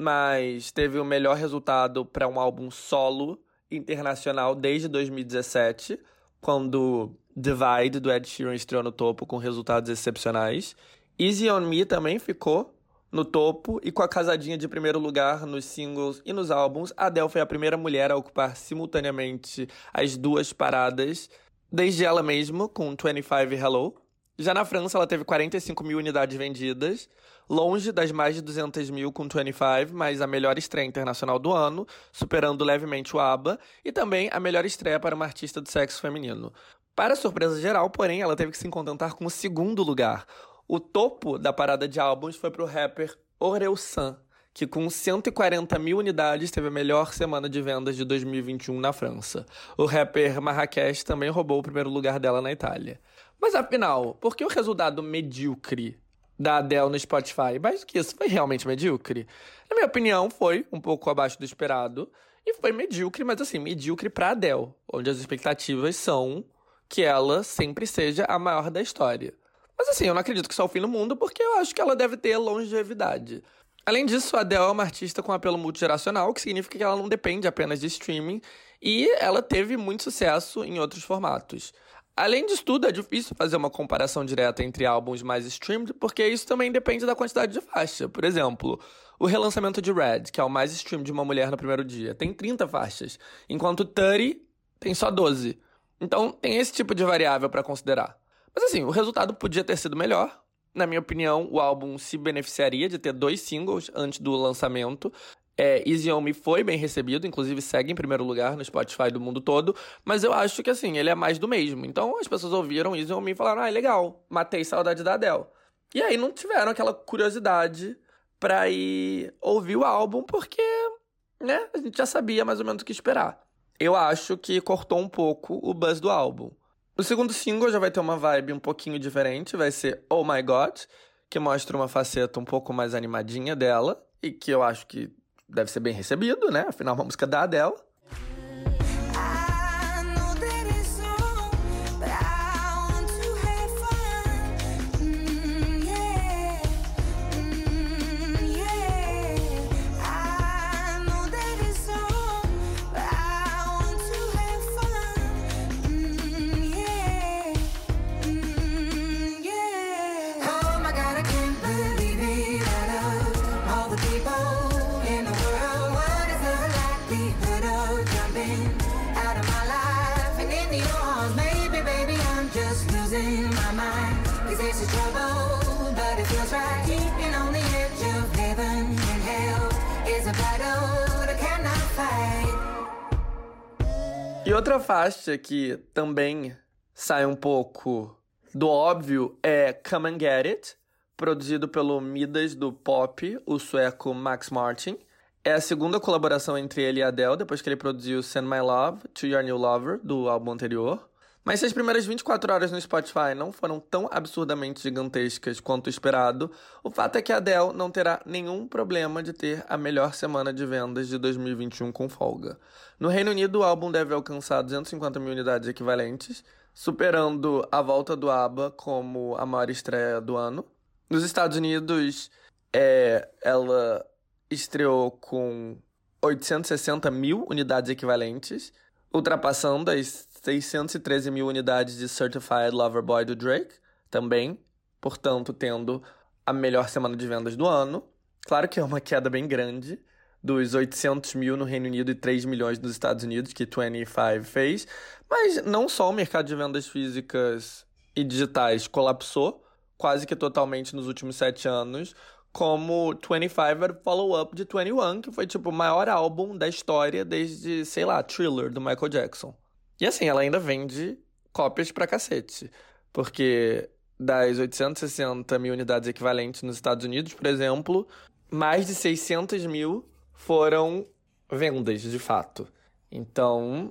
mas teve o melhor resultado para um álbum solo internacional desde 2017, quando Divide, do Ed Sheeran, estreou no topo com resultados excepcionais. Easy on Me também ficou no topo, e com a casadinha de primeiro lugar nos singles e nos álbuns, a Adele foi a primeira mulher a ocupar simultaneamente as duas paradas, desde ela mesma, com 25 e Hello. Já na França, ela teve 45 mil unidades vendidas, longe das mais de 200 mil com 25, mas a melhor estreia internacional do ano, superando levemente o ABBA, e também a melhor estreia para uma artista do sexo feminino. Para surpresa geral, porém, ela teve que se contentar com o segundo lugar. O topo da parada de álbuns foi para o rapper Orelsan, que com 140 mil unidades teve a melhor semana de vendas de 2021 na França. O rapper Marrakech também roubou o primeiro lugar dela na Itália. Mas afinal, por que o resultado medíocre da Adele no Spotify? Mais do que isso, foi realmente medíocre? Na minha opinião, foi um pouco abaixo do esperado. E foi medíocre, mas assim, medíocre pra Adele, onde as expectativas são que ela sempre seja a maior da história. Mas assim, eu não acredito que isso é o fim do mundo, porque eu acho que ela deve ter longevidade. Além disso, a Adele é uma artista com apelo multigeracional, o que significa que ela não depende apenas de streaming, e ela teve muito sucesso em outros formatos. Além disso tudo, é difícil fazer uma comparação direta entre álbuns mais streamed, porque isso também depende da quantidade de faixa. Por exemplo, o relançamento de Red, que é o mais streamed de uma mulher no primeiro dia, tem 30 faixas, enquanto 30 tem só 12. Então, tem esse tipo de variável para considerar. Mas assim, o resultado podia ter sido melhor. Na minha opinião, o álbum se beneficiaria de ter 2 singles antes do lançamento. Easy on Me foi bem recebido, inclusive segue em primeiro lugar no Spotify do mundo todo, mas eu acho que assim, ele é mais do mesmo. Então as pessoas ouviram Easy on Me e falaram, legal, matei saudade da Adele. E aí não tiveram aquela curiosidade pra ir ouvir o álbum, porque, né, a gente já sabia mais ou menos o que esperar. Eu acho que cortou um pouco o buzz do álbum. O segundo single já vai ter uma vibe um pouquinho diferente, vai ser Oh My God, que mostra uma faceta um pouco mais animadinha dela, e que eu acho que deve ser bem recebido, né? Afinal, uma música da Adele. E outra faixa que também sai um pouco do óbvio é Come and Get It, produzido pelo Midas do pop, o sueco Max Martin. É a segunda colaboração entre ele e a Adele, depois que ele produziu Send My Love to Your New Lover, do álbum anterior. Mas se as primeiras 24 horas no Spotify não foram tão absurdamente gigantescas quanto esperado, o fato é que a Adele não terá nenhum problema de ter a melhor semana de vendas de 2021 com folga. No Reino Unido, o álbum deve alcançar 250 mil unidades equivalentes, superando a volta do ABBA como a maior estreia do ano. Nos Estados Unidos, ela estreou com 860 mil unidades equivalentes, ultrapassando as 613 mil unidades de Certified Lover Boy do Drake, também, portanto, tendo a melhor semana de vendas do ano. Claro que é uma queda bem grande, dos 800 mil no Reino Unido e 3 milhões nos Estados Unidos, que 25 fez, mas não só o mercado de vendas físicas e digitais colapsou, quase que totalmente nos últimos 7 anos, como 25 era o follow-up de 21, que foi tipo o maior álbum da história desde, sei lá, Thriller, do Michael Jackson. E assim, ela ainda vende cópias pra cacete, porque das 860 mil unidades equivalentes nos Estados Unidos, por exemplo, mais de 600 mil foram vendas, de fato. Então,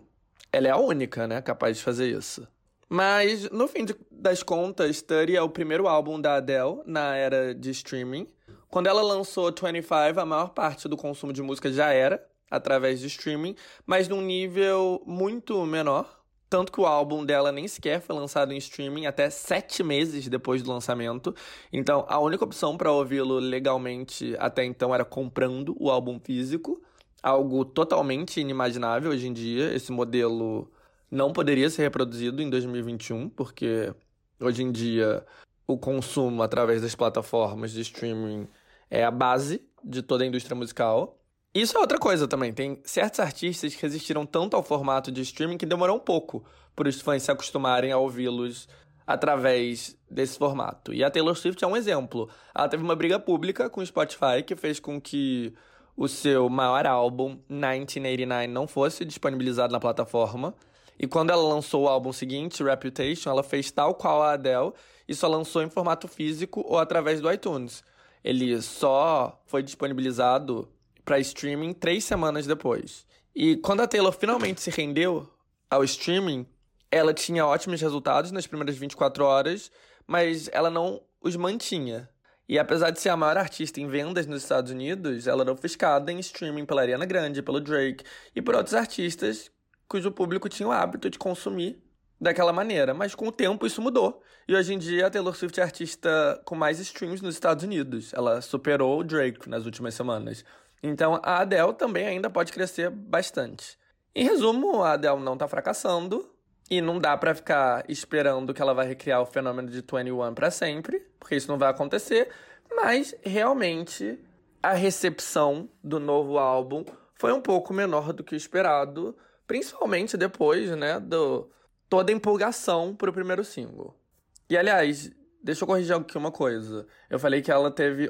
ela é a única, né, capaz de fazer isso. Mas, no fim das contas, 30 é o primeiro álbum da Adele na era de streaming. Quando ela lançou 25, a maior parte do consumo de música já era através de streaming, mas num nível muito menor. Tanto que o álbum dela nem sequer foi lançado em streaming até 7 meses depois do lançamento. Então, a única opção para ouvi-lo legalmente até então era comprando o álbum físico. Algo totalmente inimaginável hoje em dia. Esse modelo não poderia ser reproduzido em 2021, porque hoje em dia o consumo através das plataformas de streaming é a base de toda a indústria musical. Isso é outra coisa também. Tem certos artistas que resistiram tanto ao formato de streaming que demorou um pouco para os fãs se acostumarem a ouvi-los através desse formato. E a Taylor Swift é um exemplo. Ela teve uma briga pública com o Spotify que fez com que o seu maior álbum, 1989, não fosse disponibilizado na plataforma. E quando ela lançou o álbum seguinte, Reputation, ela fez tal qual a Adele e só lançou em formato físico ou através do iTunes. Ele só foi disponibilizado para streaming 3 semanas depois. E quando a Taylor finalmente se rendeu ao streaming, ela tinha ótimos resultados nas primeiras 24 horas, mas ela não os mantinha. E apesar de ser a maior artista em vendas nos Estados Unidos, ela era ofuscada em streaming pela Ariana Grande, pelo Drake e por outros artistas cujo público tinha o hábito de consumir daquela maneira. Mas com o tempo isso mudou. E hoje em dia a Taylor Swift é a artista com mais streams nos Estados Unidos. Ela superou o Drake nas últimas semanas. Então, a Adele também ainda pode crescer bastante. Em resumo, a Adele não tá fracassando e não dá pra ficar esperando que ela vai recriar o fenômeno de 21 pra sempre, porque isso não vai acontecer, mas realmente a recepção do novo álbum foi um pouco menor do que o esperado, principalmente depois, né, toda a empolgação pro primeiro single. E, aliás, deixa eu corrigir aqui uma coisa. Eu falei que ela teve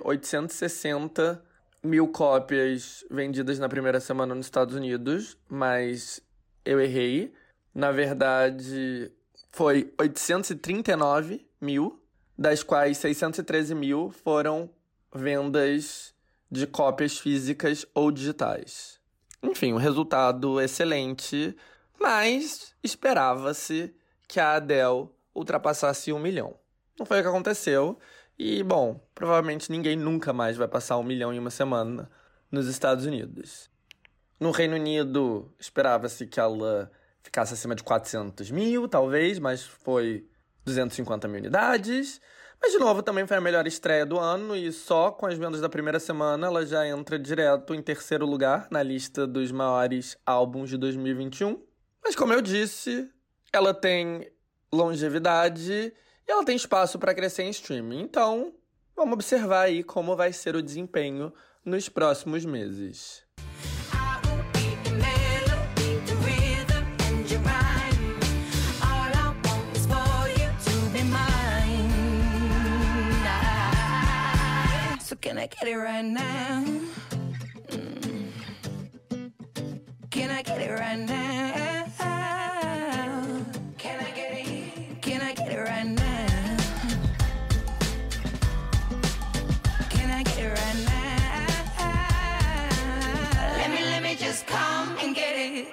860 mil cópias vendidas na primeira semana nos Estados Unidos, mas eu errei. Na verdade, foi 839 mil, das quais 613 mil foram vendas de cópias físicas ou digitais. Enfim, um resultado excelente, mas esperava-se que a Adele ultrapassasse 1 milhão. Não foi o que aconteceu. E, bom, provavelmente ninguém nunca mais vai passar 1 milhão em uma semana nos Estados Unidos. No Reino Unido, esperava-se que ela ficasse acima de 400 mil, talvez, mas foi 250 mil unidades. Mas, de novo, também foi a melhor estreia do ano e só com as vendas da primeira semana ela já entra direto em terceiro lugar na lista dos maiores álbuns de 2021. Mas, como eu disse, ela tem longevidade e ela tem espaço para crescer em streaming. Então, vamos observar aí como vai ser o desempenho nos próximos meses. Can I get it right now? Can I get it right now? Can I get it? Can I get it right now? Can I get it right now? Let me just come and get it.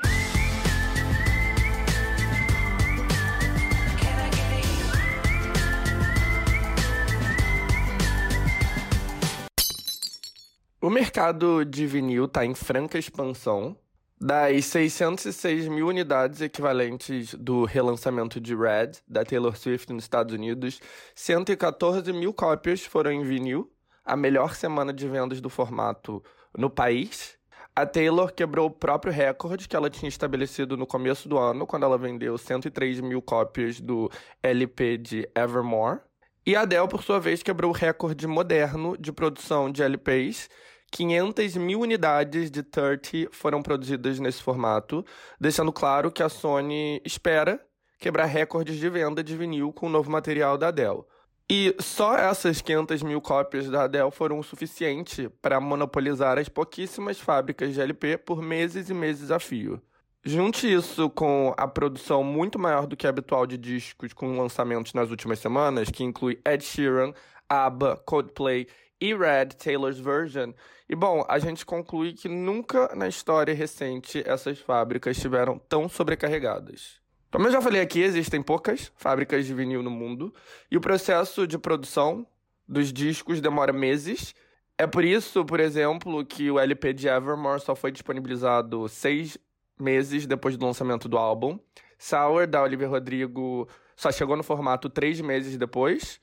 O mercado de vinil está em franca expansão. Das 606 mil unidades equivalentes do relançamento de Red, da Taylor Swift nos Estados Unidos, 114 mil cópias foram em vinil, a melhor semana de vendas do formato no país. A Taylor quebrou o próprio recorde que ela tinha estabelecido no começo do ano, quando ela vendeu 103 mil cópias do LP de Evermore. E a Adele, por sua vez, quebrou o recorde moderno de produção de LPs. 500 mil unidades de 30 foram produzidas nesse formato, deixando claro que a Sony espera quebrar recordes de venda de vinil com o novo material da Adele. E só essas 500 mil cópias da Adele foram o suficiente para monopolizar as pouquíssimas fábricas de LP por meses e meses a fio. Junte isso com a produção muito maior do que a habitual de discos com lançamentos nas últimas semanas, que inclui Ed Sheeran, ABBA, Coldplay e Red, Taylor's Version. E, bom, a gente conclui que nunca na história recente essas fábricas estiveram tão sobrecarregadas. Como eu já falei aqui, existem poucas fábricas de vinil no mundo, e o processo de produção dos discos demora meses. É por isso, por exemplo, que o LP de Evermore só foi disponibilizado 6 meses depois do lançamento do álbum. Sour, da Olivia Rodrigo, só chegou no formato 3 meses depois,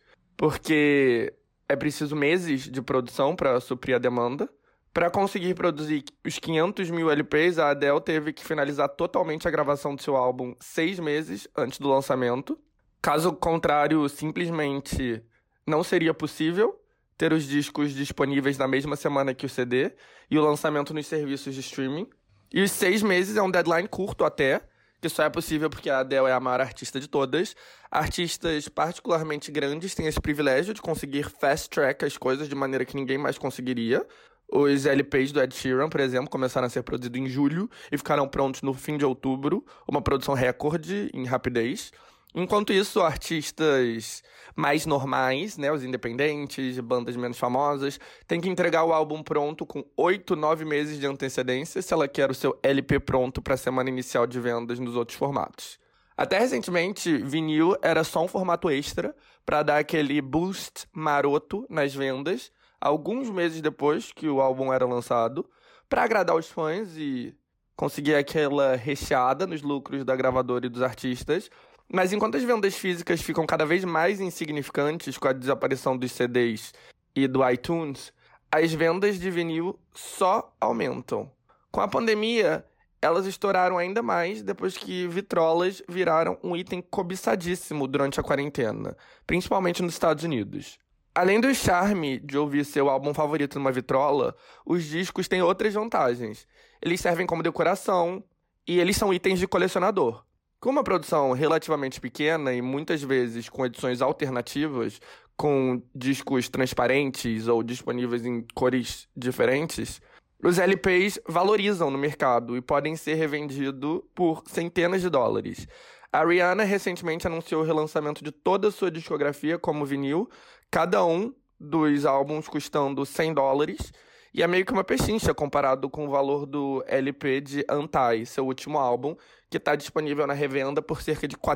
porque é preciso meses de produção para suprir a demanda. Para conseguir produzir os 500 mil LPs, a Adele teve que finalizar totalmente a gravação do seu álbum 6 meses antes do lançamento. Caso contrário, simplesmente não seria possível ter os discos disponíveis na mesma semana que o CD e o lançamento nos serviços de streaming. E os 6 meses é um deadline curto até, que só é possível porque a Adele é a maior artista de todas. Artistas particularmente grandes têm esse privilégio de conseguir fast-track as coisas de maneira que ninguém mais conseguiria. Os LPs do Ed Sheeran, por exemplo, começaram a ser produzidos em julho e ficaram prontos no fim de outubro, uma produção recorde em rapidez. Enquanto isso, artistas mais normais, né, os independentes, bandas menos famosas, têm que entregar o álbum pronto com 8, 9 meses de antecedência se ela quer o seu LP pronto para a semana inicial de vendas nos outros formatos. Até recentemente, vinil era só um formato extra para dar aquele boost maroto nas vendas, alguns meses depois que o álbum era lançado, para agradar os fãs e conseguir aquela recheada nos lucros da gravadora e dos artistas. Mas enquanto as vendas físicas ficam cada vez mais insignificantes com a desaparição dos CDs e do iTunes, as vendas de vinil só aumentam. Com a pandemia, elas estouraram ainda mais depois que vitrolas viraram um item cobiçadíssimo durante a quarentena, principalmente nos Estados Unidos. Além do charme de ouvir seu álbum favorito numa vitrola, os discos têm outras vantagens. Eles servem como decoração e eles são itens de colecionador. Com uma produção relativamente pequena e muitas vezes com edições alternativas, com discos transparentes ou disponíveis em cores diferentes, os LPs valorizam no mercado e podem ser revendidos por centenas de dólares. A Rihanna recentemente anunciou o relançamento de toda a sua discografia como vinil, cada um dos álbuns custando $100, e é meio que uma pechincha comparado com o valor do LP de Anti, seu último álbum, que está disponível na revenda por cerca de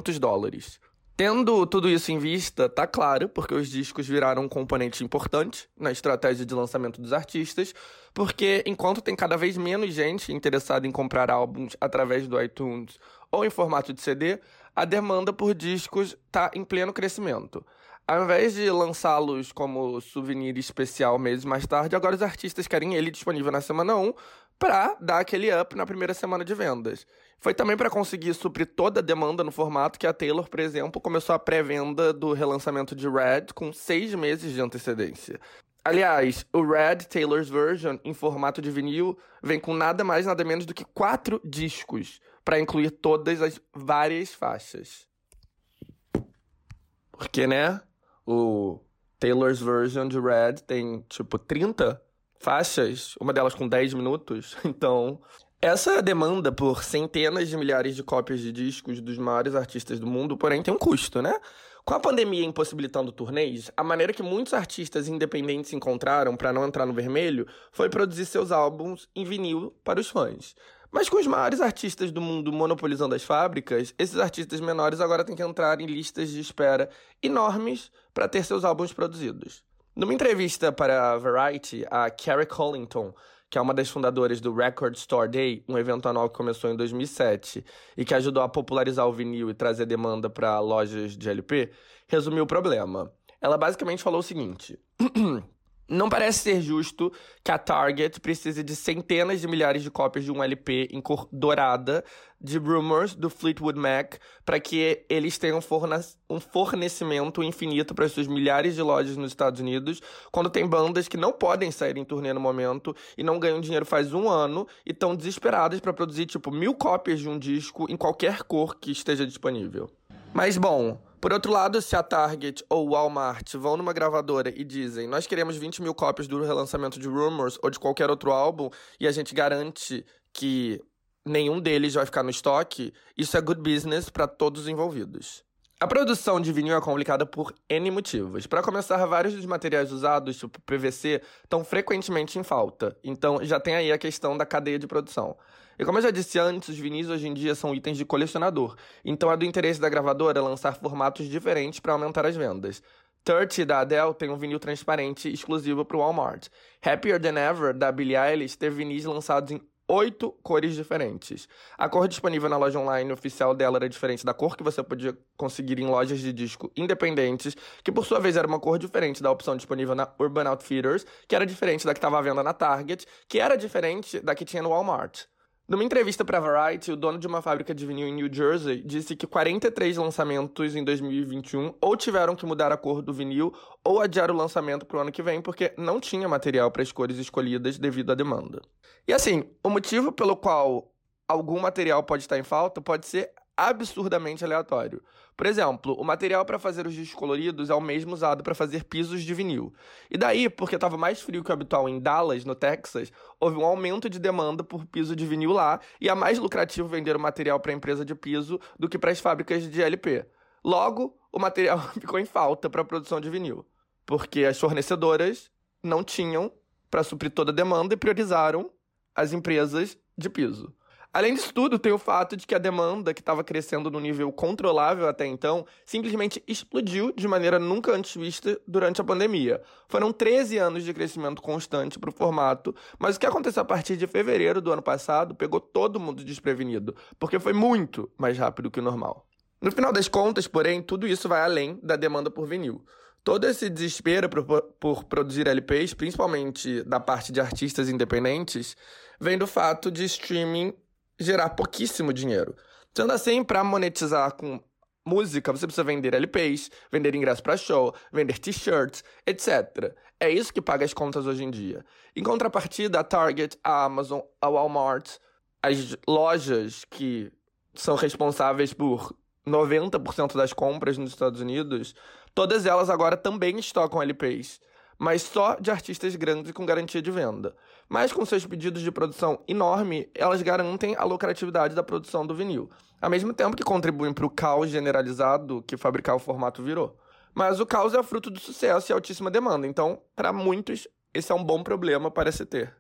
$400. Tendo tudo isso em vista, tá claro, porque os discos viraram um componente importante na estratégia de lançamento dos artistas, porque enquanto tem cada vez menos gente interessada em comprar álbuns através do iTunes ou em formato de CD, a demanda por discos está em pleno crescimento. Ao invés de lançá-los como souvenir especial meses mais tarde, agora os artistas querem ele disponível na semana 1 para dar aquele up na primeira semana de vendas. Foi também para conseguir suprir toda a demanda no formato que a Taylor, por exemplo, começou a pré-venda do relançamento de Red com 6 meses de antecedência. Aliás, o Red, Taylor's Version, em formato de vinil, vem com nada mais nada menos do que 4 discos para incluir todas as várias faixas. Porque, né? O Taylor's Version de Red tem, 30 faixas, uma delas com 10 minutos. Então, essa demanda por centenas de milhares de cópias de discos dos maiores artistas do mundo, porém, tem um custo, né? Com a pandemia impossibilitando turnês, a maneira que muitos artistas independentes encontraram para não entrar no vermelho foi produzir seus álbuns em vinil para os fãs. Mas com os maiores artistas do mundo monopolizando as fábricas, esses artistas menores agora têm que entrar em listas de espera enormes para ter seus álbuns produzidos. Numa entrevista para a Variety, a Carrie Collington, que é uma das fundadoras do Record Store Day, um evento anual que começou em 2007 e que ajudou a popularizar o vinil e trazer demanda para lojas de LP, resumiu o problema. Ela basicamente falou o seguinte: não parece ser justo que a Target precise de centenas de milhares de cópias de um LP em cor dourada de Rumours, do Fleetwood Mac, para que eles tenham um fornecimento infinito para as suas milhares de lojas nos Estados Unidos, quando tem bandas que não podem sair em turnê no momento e não ganham dinheiro faz um ano e estão desesperadas para produzir 1000 cópias de um disco em qualquer cor que esteja disponível. Mas, bom, por outro lado, se a Target ou o Walmart vão numa gravadora e dizem: nós queremos 20 mil cópias do relançamento de Rumours ou de qualquer outro álbum, e a gente garante que nenhum deles vai ficar no estoque, isso é good business para todos os envolvidos. A produção de vinil é complicada por N motivos. Para começar, vários dos materiais usados, tipo PVC, estão frequentemente em falta. Então, já tem aí a questão da cadeia de produção. E como eu já disse antes, os vinis hoje em dia são itens de colecionador. Então, é do interesse da gravadora lançar formatos diferentes para aumentar as vendas. 30, da Adele, tem um vinil transparente exclusivo para o Walmart. Happier Than Ever, da Billie Eilish, teve vinis lançados em 8 cores diferentes. A cor disponível na loja online oficial dela era diferente da cor que você podia conseguir em lojas de disco independentes, que por sua vez era uma cor diferente da opção disponível na Urban Outfitters, que era diferente da que estava à venda na Target, que era diferente da que tinha no Walmart. Numa entrevista para Variety, o dono de uma fábrica de vinil em New Jersey disse que 43 lançamentos em 2021 ou tiveram que mudar a cor do vinil ou adiar o lançamento para o ano que vem porque não tinha material para as cores escolhidas devido à demanda. E assim, o motivo pelo qual algum material pode estar em falta pode ser absurdamente aleatório. Por exemplo, o material para fazer os discos coloridos é o mesmo usado para fazer pisos de vinil. E daí, porque estava mais frio que o habitual em Dallas, no Texas, houve um aumento de demanda por piso de vinil lá e é mais lucrativo vender o material para a empresa de piso do que para as fábricas de LP. Logo, o material ficou em falta para a produção de vinil, porque as fornecedoras não tinham para suprir toda a demanda e priorizaram as empresas de piso. Além disso tudo, tem o fato de que a demanda, que estava crescendo no nível controlável até então, simplesmente explodiu de maneira nunca antes vista durante a pandemia. Foram 13 anos de crescimento constante para o formato, mas o que aconteceu a partir de fevereiro do ano passado pegou todo mundo desprevenido, porque foi muito mais rápido que o normal. No final das contas, porém, tudo isso vai além da demanda por vinil. Todo esse desespero por produzir LPs, principalmente da parte de artistas independentes, vem do fato de streaming gerar pouquíssimo dinheiro. Sendo assim, para monetizar com música, você precisa vender LPs, vender ingresso para show, vender t-shirts, etc. É isso que paga as contas hoje em dia. Em contrapartida, a Target, a Amazon, a Walmart, as lojas que são responsáveis por 90% das compras nos Estados Unidos, todas elas agora também estocam LPs, mas só de artistas grandes e com garantia de venda. Mas com seus pedidos de produção enorme, elas garantem a lucratividade da produção do vinil, ao mesmo tempo que contribuem para o caos generalizado que fabricar o formato virou. Mas o caos é fruto do sucesso e altíssima demanda, então, para muitos, esse é um bom problema para se ter.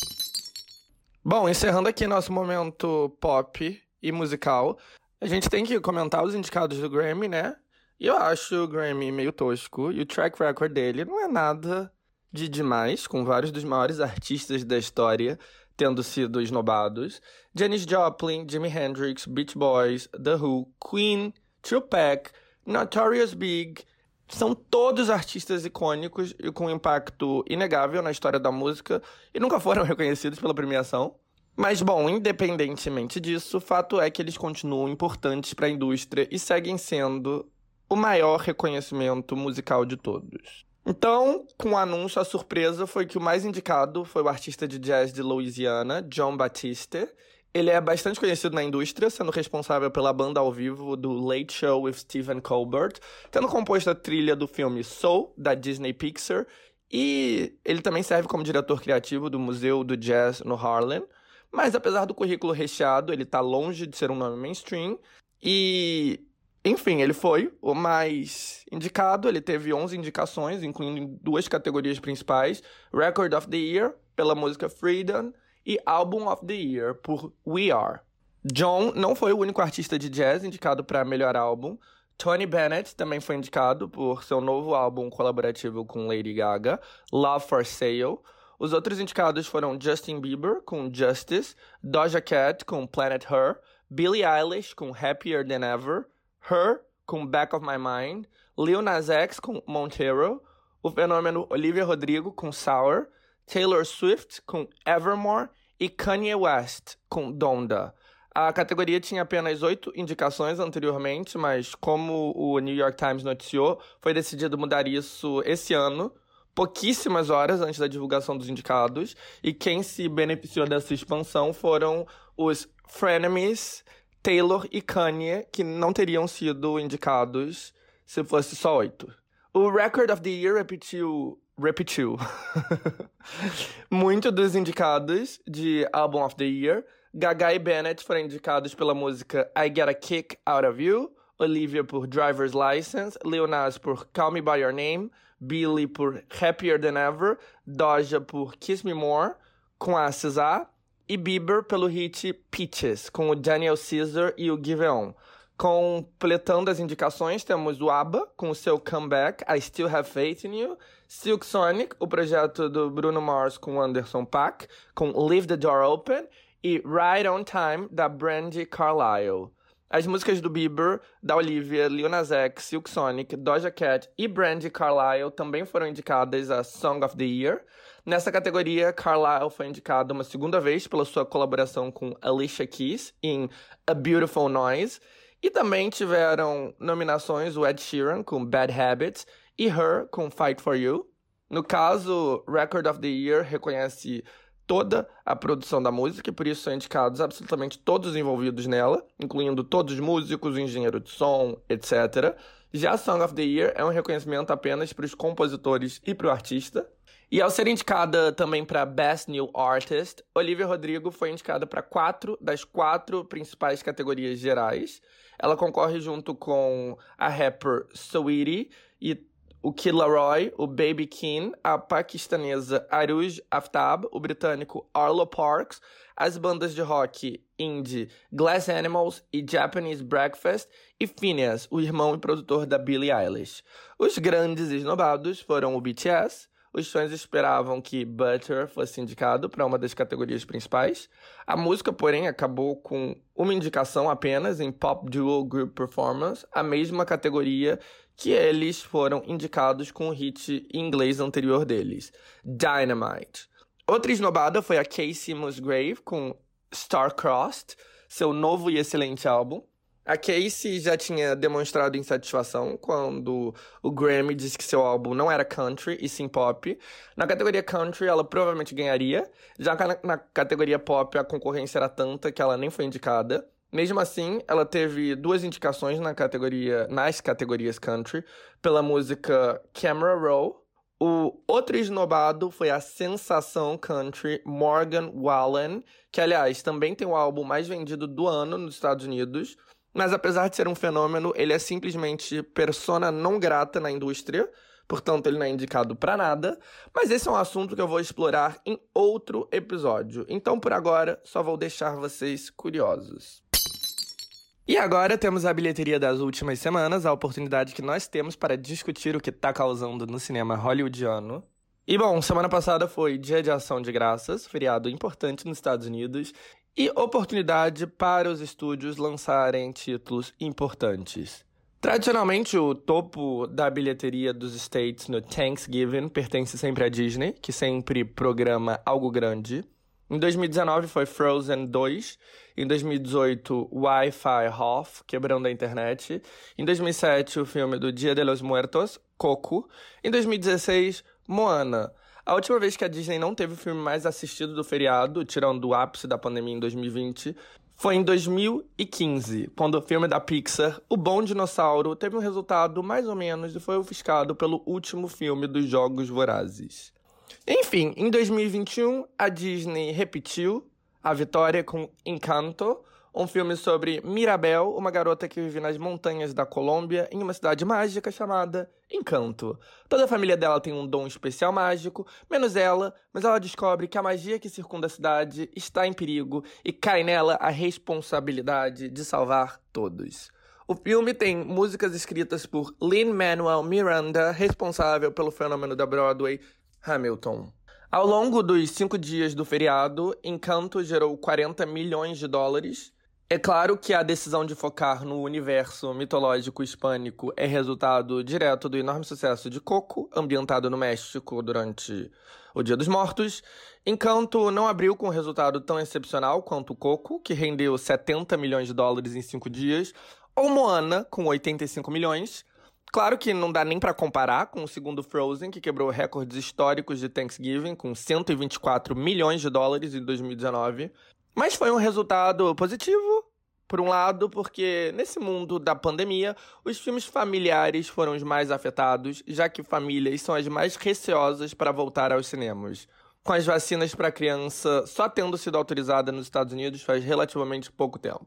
Bom, encerrando aqui nosso momento pop e musical, a gente tem que comentar os indicados do Grammy, né? E eu acho o Grammy meio tosco, e o track record dele não é nada de demais, com vários dos maiores artistas da história tendo sido esnobados. Janis Joplin, Jimi Hendrix, Beach Boys, The Who, Queen, Tupac, Notorious Big, são todos artistas icônicos e com impacto inegável na história da música e nunca foram reconhecidos pela premiação. Mas, bom, independentemente disso, o fato é que eles continuam importantes para a indústria e seguem sendo o maior reconhecimento musical de todos. Então, com o anúncio, a surpresa foi que o mais indicado foi o artista de jazz de Louisiana, Jon Batiste. Ele é bastante conhecido na indústria, sendo responsável pela banda ao vivo do Late Show with Stephen Colbert, tendo composto a trilha do filme Soul, da Disney Pixar, e ele também serve como diretor criativo do Museu do Jazz no Harlem. Mas apesar do currículo recheado, ele tá longe de ser um nome mainstream. E, enfim, ele foi o mais indicado. Ele teve 11 indicações, incluindo em 2 categorias principais: Record of the Year, pela música Freedom, e Album of the Year, por We Are. Jon não foi o único artista de jazz indicado para melhor álbum. Tony Bennett também foi indicado por seu novo álbum colaborativo com Lady Gaga, Love for Sale. Os outros indicados foram Justin Bieber, com Justice, Doja Cat, com Planet Her, Billie Eilish, com Happier Than Ever, Her, com Back of My Mind, Lil Nas X, com Montero, o fenômeno Olivia Rodrigo, com Sour, Taylor Swift, com Evermore e Kanye West, com Donda. A categoria tinha apenas 8 indicações anteriormente, mas como o New York Times noticiou, foi decidido mudar isso esse ano, pouquíssimas horas antes da divulgação dos indicados, e quem se beneficiou dessa expansão foram os Frenemies, Taylor e Kanye, que não teriam sido indicados se fosse só 8. O Record of the Year repetiu muito dos indicados de Album of the Year. Gaga e Bennett foram indicados pela música I Get a Kick Out of You, Olivia por Driver's License, Lil Nas por Call Me By Your Name, Billie por Happier Than Ever, Doja por Kiss Me More, com a SZA, e Bieber pelo hit Peaches, com o Daniel Caesar e o Give It On. Completando as indicações, temos o ABBA, com o seu comeback, I Still Have Faith in You, Silk Sonic, o projeto do Bruno Mars com o Anderson .Paak, com Leave the Door Open, e Right on Time, da Brandi Carlile. As músicas do Bieber, da Olivia, Lil Nas X, Silk Sonic, Doja Cat e Brandi Carlile também foram indicadas a Song of the Year. Nessa categoria, Carlile foi indicada uma segunda vez pela sua colaboração com Alicia Keys em A Beautiful Noise. E também tiveram nominações o Ed Sheeran com Bad Habits e Her com Fight For You. No caso, Record of the Year reconhece toda a produção da música e por isso são indicados absolutamente todos os envolvidos nela, incluindo todos os músicos, o engenheiro de som, etc. Já Song of the Year é um reconhecimento apenas para os compositores e para o artista. E ao ser indicada também para Best New Artist, Olivia Rodrigo foi indicada para 4 das 4 principais categorias gerais. Ela concorre junto com a rapper Saweetie e o Kid Laroi, o Baby Keem, a paquistanesa Aruj Aftab, o britânico Arlo Parks, as bandas de rock indie Glass Animals e Japanese Breakfast e Phineas, o irmão e produtor da Billie Eilish. Os grandes esnobados foram o BTS. Os fãs esperavam que Butter fosse indicado para uma das categorias principais. A música, porém, acabou com uma indicação apenas em Pop Duo Group Performance, a mesma categoria que eles foram indicados com o hit em inglês anterior deles, Dynamite. Outra esnobada foi a Kacey Musgrave com Star-Crossed, seu novo e excelente álbum. A Kacey já tinha demonstrado insatisfação quando o Grammy disse que seu álbum não era country e sim pop. Na categoria country, ela provavelmente ganharia, já que na categoria pop a concorrência era tanta que ela nem foi indicada. Mesmo assim, ela teve 2 indicações nas categorias country pela música Camera Roll. O outro esnobado foi a sensação country Morgan Wallen, que, aliás, também tem o álbum mais vendido do ano nos Estados Unidos. Mas apesar de ser um fenômeno, ele é simplesmente persona não grata na indústria, portanto ele não é indicado pra nada, mas esse é um assunto que eu vou explorar em outro episódio. Então por agora, só vou deixar vocês curiosos. E agora temos a bilheteria das últimas semanas, a oportunidade que nós temos para discutir o que tá causando no cinema hollywoodiano. E bom, semana passada foi Dia de Ação de Graças, feriado importante nos Estados Unidos, e oportunidade para os estúdios lançarem títulos importantes. Tradicionalmente, o topo da bilheteria dos States no Thanksgiving pertence sempre à Disney, que sempre programa algo grande. Em 2019 foi Frozen 2, em 2018 Wi-Fi Off, Quebrando a Internet, em 2007 o filme do Dia de los Muertos, Coco, em 2016 Moana. A última vez que a Disney não teve o filme mais assistido do feriado, tirando o ápice da pandemia em 2020, foi em 2015, quando o filme da Pixar, O Bom Dinossauro, teve um resultado mais ou menos e foi ofuscado pelo último filme dos Jogos Vorazes. Enfim, em 2021, a Disney repetiu a vitória com Encanto, um filme sobre Mirabel, uma garota que vive nas montanhas da Colômbia, em uma cidade mágica chamada Encanto. Toda a família dela tem um dom especial mágico, menos ela, mas ela descobre que a magia que circunda a cidade está em perigo e cai nela a responsabilidade de salvar todos. O filme tem músicas escritas por Lin-Manuel Miranda, responsável pelo fenômeno da Broadway, Hamilton. Ao longo dos 5 dias do feriado, Encanto gerou 40 milhões de dólares. É claro que a decisão de focar no universo mitológico hispânico é resultado direto do enorme sucesso de Coco, ambientado no México durante o Dia dos Mortos. Encanto não abriu com um resultado tão excepcional quanto Coco, que rendeu 70 milhões de dólares em 5 dias, ou Moana, com 85 milhões. Claro que não dá nem para comparar com o segundo Frozen, que quebrou recordes históricos de Thanksgiving, com 124 milhões de dólares em 2019. Mas foi um resultado positivo, por um lado, porque nesse mundo da pandemia, os filmes familiares foram os mais afetados, já que famílias são as mais receosas para voltar aos cinemas. Com as vacinas para criança só tendo sido autorizada nos Estados Unidos faz relativamente pouco tempo.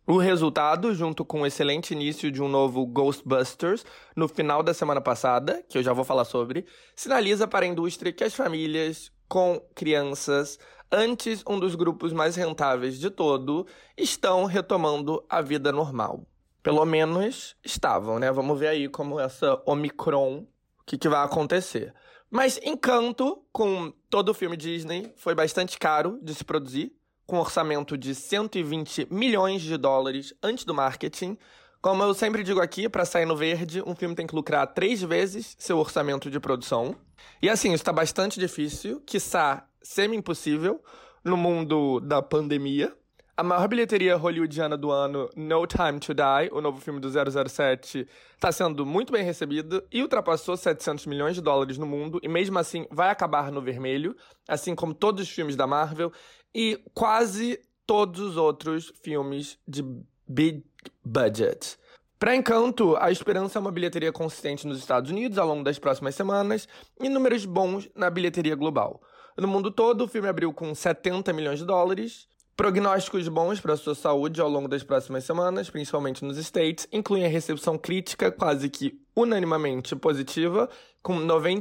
O resultado, junto com o excelente início de um novo Ghostbusters no final da semana passada, que eu já vou falar sobre, sinaliza para a indústria que as famílias com crianças, antes um dos grupos mais rentáveis de todo, estão retomando a vida normal. Pelo menos estavam, né? Vamos ver aí como essa Omicron, o que vai acontecer. Mas Encanto, com todo o filme Disney, foi bastante caro de se produzir, com um orçamento de 120 milhões de dólares antes do marketing. Como eu sempre digo aqui, para sair no verde, um filme tem que lucrar 3 vezes seu orçamento de produção. E assim, isso está bastante difícil, quiçá semi-impossível, no mundo da pandemia. A maior bilheteria hollywoodiana do ano, No Time to Die, o novo filme do 007, está sendo muito bem recebido e ultrapassou 700 milhões de dólares no mundo, e mesmo assim vai acabar no vermelho, assim como todos os filmes da Marvel e quase todos os outros filmes de big budget. Para Encanto, a esperança é uma bilheteria consistente nos Estados Unidos ao longo das próximas semanas e números bons na bilheteria global. No mundo todo, o filme abriu com 70 milhões de dólares. Prognósticos bons para a sua saúde ao longo das próximas semanas, principalmente nos States, incluem a recepção crítica quase que unanimamente positiva, com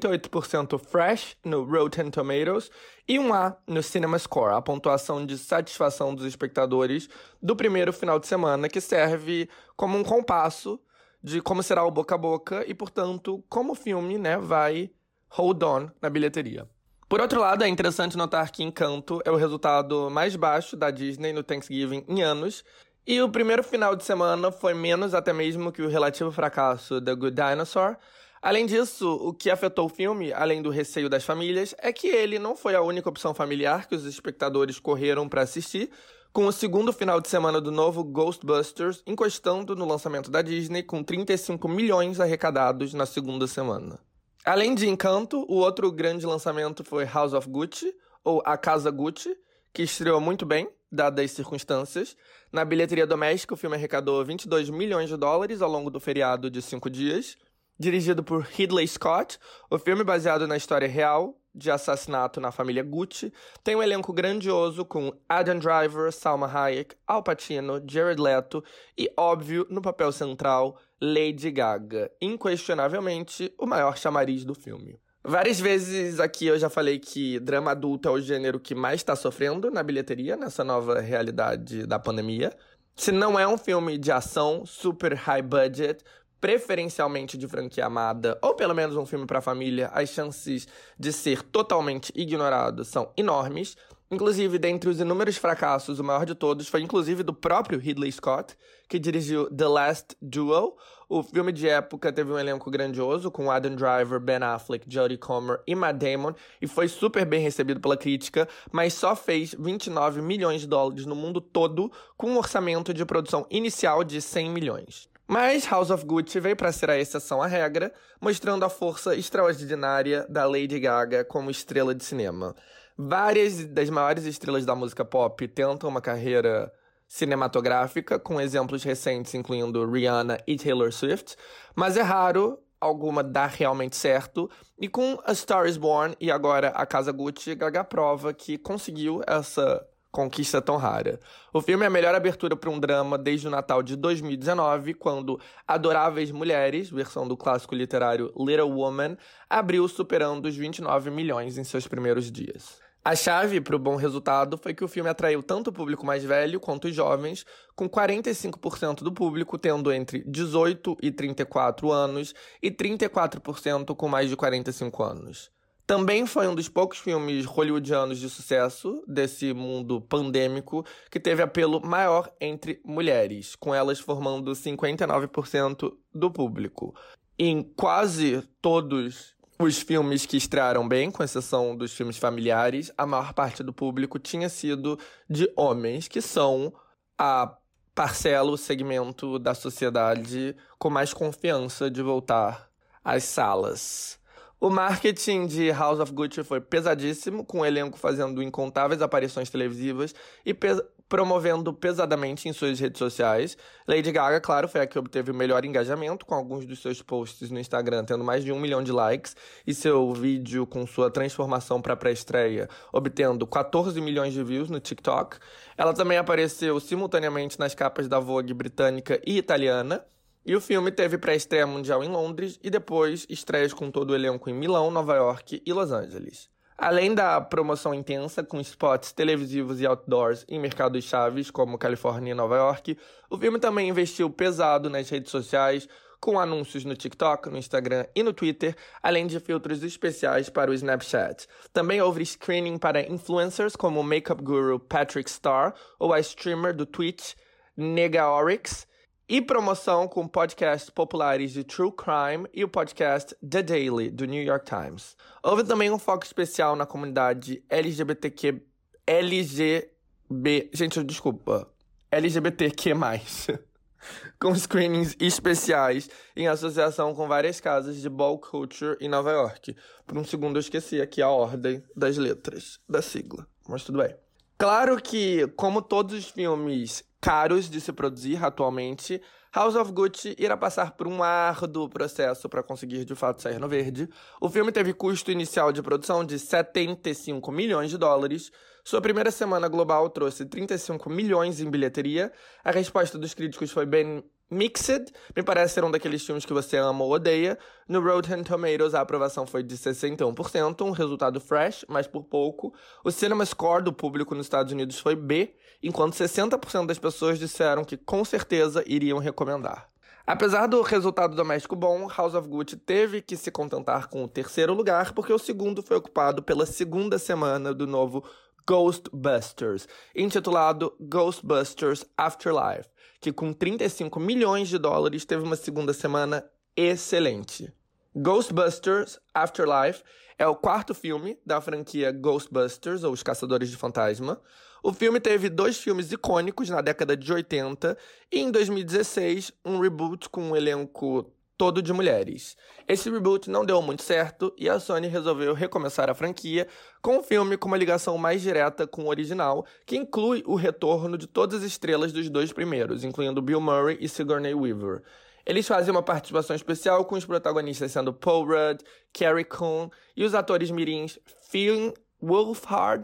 98% fresh no Rotten Tomatoes e um A no CinemaScore, a pontuação de satisfação dos espectadores do primeiro final de semana, que serve como um compasso de como será o boca a boca e, portanto, como o filme, vai hold on na bilheteria. Por outro lado, é interessante notar que Encanto é o resultado mais baixo da Disney no Thanksgiving em anos, e o primeiro final de semana foi menos até mesmo que o relativo fracasso The Good Dinosaur. Além disso, o que afetou o filme, além do receio das famílias, é que ele não foi a única opção familiar que os espectadores correram para assistir, com o segundo final de semana do novo Ghostbusters encostando no lançamento da Disney, com 35 milhões arrecadados na segunda semana. Além de Encanto, o outro grande lançamento foi House of Gucci, ou A Casa Gucci, que estreou muito bem, dadas as circunstâncias. Na bilheteria doméstica, o filme arrecadou 22 milhões de dólares ao longo do feriado de 5 dias. Dirigido por Ridley Scott, o filme, baseado na história real de assassinato na família Gucci, tem um elenco grandioso com Adam Driver, Salma Hayek, Al Pacino, Jared Leto e, óbvio, no papel central, Lady Gaga, inquestionavelmente o maior chamariz do filme. Várias vezes aqui eu já falei que drama adulto é o gênero que mais está sofrendo na bilheteria, nessa nova realidade da pandemia. Se não é um filme de ação super high budget, preferencialmente de franquia amada, ou pelo menos um filme para família, as chances de ser totalmente ignorado são enormes. Inclusive, dentre os inúmeros fracassos, o maior de todos foi inclusive do próprio Ridley Scott, que dirigiu The Last Duel. O filme de época teve um elenco grandioso, com Adam Driver, Ben Affleck, Jodie Comer e Matt Damon, e foi super bem recebido pela crítica, mas só fez 29 milhões de dólares no mundo todo, com um orçamento de produção inicial de 100 milhões. Mas House of Gucci veio para ser a exceção à regra, mostrando a força extraordinária da Lady Gaga como estrela de cinema. Várias das maiores estrelas da música pop tentam uma carreira cinematográfica, com exemplos recentes incluindo Rihanna e Taylor Swift, mas é raro alguma dar realmente certo, e com A Star is Born e agora A Casa Gucci, Gaga prova que conseguiu essa conquista tão rara. O filme é a melhor abertura para um drama desde o Natal de 2019, quando Adoráveis Mulheres, versão do clássico literário Little Woman, abriu superando os 29 milhões em seus primeiros dias. A chave para o bom resultado foi que o filme atraiu tanto o público mais velho quanto os jovens, com 45% do público tendo entre 18 e 34 anos e 34% com mais de 45 anos. Também foi um dos poucos filmes hollywoodianos de sucesso desse mundo pandêmico que teve apelo maior entre mulheres, com elas formando 59% do público. Em quase todos os filmes que estrearam bem, com exceção dos filmes familiares, a maior parte do público tinha sido de homens, que são a parcela, o segmento da sociedade com mais confiança de voltar às salas. O marketing de House of Gucci foi pesadíssimo, com o elenco fazendo incontáveis aparições televisivas e promovendo pesadamente em suas redes sociais. Lady Gaga, claro, foi a que obteve o melhor engajamento, com alguns dos seus posts no Instagram tendo mais de 1 milhão de likes e seu vídeo com sua transformação para pré-estreia obtendo 14 milhões de views no TikTok. Ela também apareceu simultaneamente nas capas da Vogue britânica e italiana. E o filme teve pré-estreia mundial em Londres e depois estreias com todo o elenco em Milão, Nova York e Los Angeles. Além da promoção intensa com spots televisivos e outdoors em mercados chaves como Califórnia e Nova York, o filme também investiu pesado nas redes sociais, com anúncios no TikTok, no Instagram e no Twitter, além de filtros especiais para o Snapchat. Também houve screening para influencers como o makeup guru Patrick Star ou a streamer do Twitch Negaorix, e promoção com podcasts populares de True Crime e o podcast The Daily, do New York Times. Houve também um foco especial na comunidade LGBTQ... LGBTQ+. Com screenings especiais em associação com várias casas de ball culture em Nova York. Por um segundo eu esqueci aqui a ordem das letras da sigla, mas tudo bem. Claro que, como todos os filmes caros de se produzir atualmente, House of Gucci irá passar por um árduo processo para conseguir de fato sair no verde. O filme teve custo inicial de produção de 75 milhões de dólares. Sua primeira semana global trouxe 35 milhões em bilheteria. A resposta dos críticos foi bem mixed. Me parece ser um daqueles filmes que você ama ou odeia. No Rotten Tomatoes, a aprovação foi de 61%, um resultado fresh, mas por pouco. O Cinema Score do público nos Estados Unidos foi B, enquanto 60% das pessoas disseram que com certeza iriam recomendar. Apesar do resultado doméstico bom, House of Gucci teve que se contentar com o terceiro lugar, porque o segundo foi ocupado pela segunda semana do novo Ghostbusters, intitulado Ghostbusters Afterlife, que com 35 milhões de dólares teve uma segunda semana excelente. Ghostbusters Afterlife é o quarto filme da franquia Ghostbusters, ou Os Caçadores de Fantasma. O filme teve 2 filmes icônicos na década de 80 e, em 2016, um reboot com um elenco todo de mulheres. Esse reboot não deu muito certo e a Sony resolveu recomeçar a franquia com um filme com uma ligação mais direta com o original, que inclui o retorno de todas as estrelas dos 2 primeiros, incluindo Bill Murray e Sigourney Weaver. Eles fazem uma participação especial com os protagonistas sendo Paul Rudd, Carrie Coon e os atores mirins Finn Wolfhard,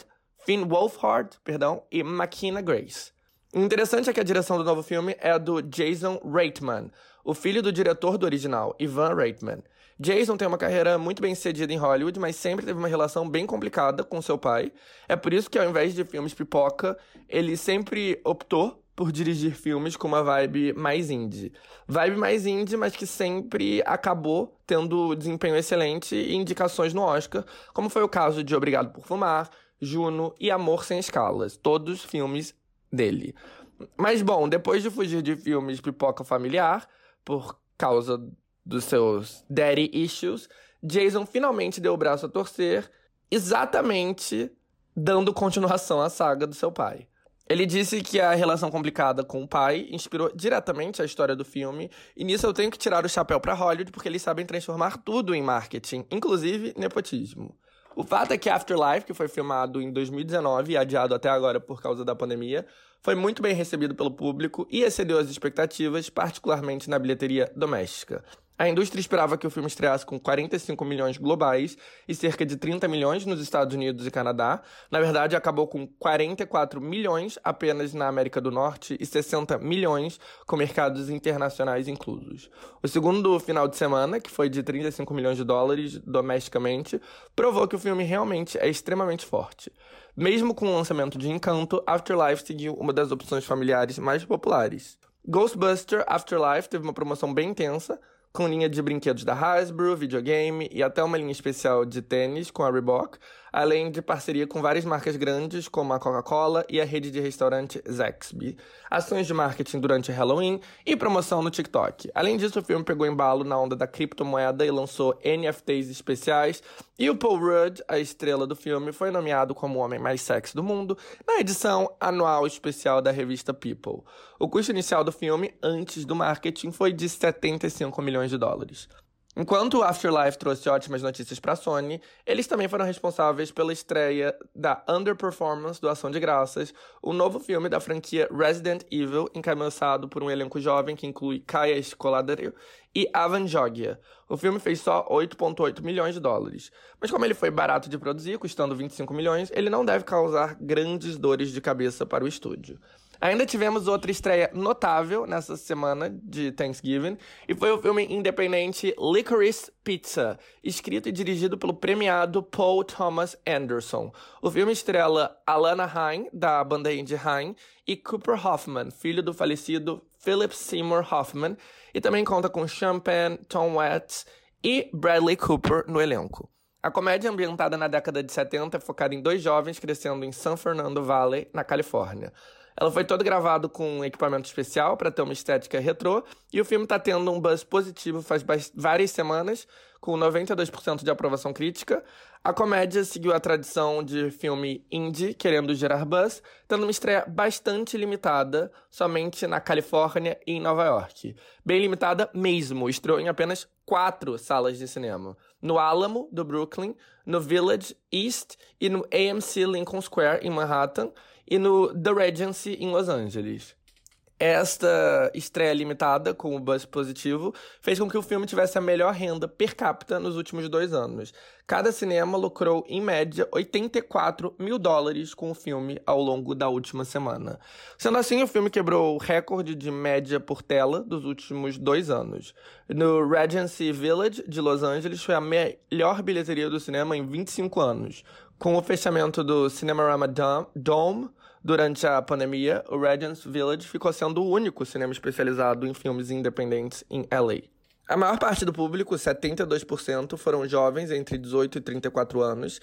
e McKenna Grace. O interessante é que a direção do novo filme é do Jason Reitman, o filho do diretor do original, Ivan Reitman. Jason tem uma carreira muito bem sucedida em Hollywood, mas sempre teve uma relação bem complicada com seu pai. É por isso que, ao invés de filmes pipoca, ele sempre optou por dirigir filmes com uma vibe mais indie. Vibe mais indie, mas que sempre acabou tendo desempenho excelente e indicações no Oscar, como foi o caso de Obrigado por Fumar, Juno e Amor Sem Escalas, todos filmes dele. Mas, bom, depois de fugir de filmes pipoca familiar, por causa dos seus daddy issues, Jason finalmente deu o braço a torcer, exatamente dando continuação à saga do seu pai. Ele disse que a relação complicada com o pai inspirou diretamente a história do filme, e nisso eu tenho que tirar o chapéu para Hollywood, porque eles sabem transformar tudo em marketing, inclusive nepotismo. O fato é que Afterlife, que foi filmado em 2019 e adiado até agora por causa da pandemia, foi muito bem recebido pelo público e excedeu as expectativas, particularmente na bilheteria doméstica. A indústria esperava que o filme estreasse com 45 milhões globais e cerca de 30 milhões nos Estados Unidos e Canadá. Na verdade, acabou com 44 milhões apenas na América do Norte e 60 milhões com mercados internacionais inclusos. O segundo final de semana, que foi de 35 milhões de dólares domesticamente, provou que o filme realmente é extremamente forte. Mesmo com o lançamento de Encanto, Afterlife seguiu uma das opções familiares mais populares. Ghostbusters Afterlife teve uma promoção bem intensa, com linha de brinquedos da Hasbro, videogame e até uma linha especial de tênis com a Reebok, além de parceria com várias marcas grandes como a Coca-Cola e a rede de restaurante Zaxby, ações de marketing durante Halloween e promoção no TikTok. Além disso, o filme pegou embalo na onda da criptomoeda e lançou NFTs especiais, e o Paul Rudd, a estrela do filme, foi nomeado como o homem mais sexy do mundo na edição anual especial da revista People. O custo inicial do filme, antes do marketing, foi de 75 milhões de dólares. Enquanto o Afterlife trouxe ótimas notícias para a Sony, eles também foram responsáveis pela estreia da Underperformance do Ação de Graças, o novo filme da franquia Resident Evil, encabeçado por um elenco jovem que inclui Kaya Scodelario e Avan Jogia. O filme fez só 8,8 milhões de dólares. Mas como ele foi barato de produzir, custando 25 milhões, ele não deve causar grandes dores de cabeça para o estúdio. Ainda tivemos outra estreia notável nessa semana de Thanksgiving, e foi o filme independente Licorice Pizza, escrito e dirigido pelo premiado Paul Thomas Anderson. O filme estrela Alana Haim, da banda indie Haim, e Cooper Hoffman, filho do falecido Philip Seymour Hoffman, e também conta com Sean Penn, Tom Waits e Bradley Cooper no elenco. A comédia ambientada na década de 70 é focada em 2 jovens crescendo em San Fernando Valley, na Califórnia. Ela foi todo gravado com um equipamento especial para ter uma estética retrô, e o filme está tendo um buzz positivo faz várias semanas, com 92% de aprovação crítica. A comédia seguiu a tradição de filme indie querendo gerar buzz, tendo uma estreia bastante limitada, somente na Califórnia e em Nova York. Bem limitada mesmo, estreou em apenas 4 salas de cinema. No Alamo, do Brooklyn, no Village East e no AMC Lincoln Square, em Manhattan, e no The Regency, em Los Angeles. Esta estreia limitada, com o buzz positivo, fez com que o filme tivesse a melhor renda per capita nos últimos 2 anos. Cada cinema lucrou, em média, $84 mil com o filme ao longo da última semana. Sendo assim, o filme quebrou o recorde de média por tela dos últimos 2 anos. No Regency Village, de Los Angeles, foi a melhor bilheteria do cinema em 25 anos. Com o fechamento do Cinerama Dome durante a pandemia, o Regency Village ficou sendo o único cinema especializado em filmes independentes em LA. A maior parte do público, 72%, foram jovens entre 18 e 34 anos,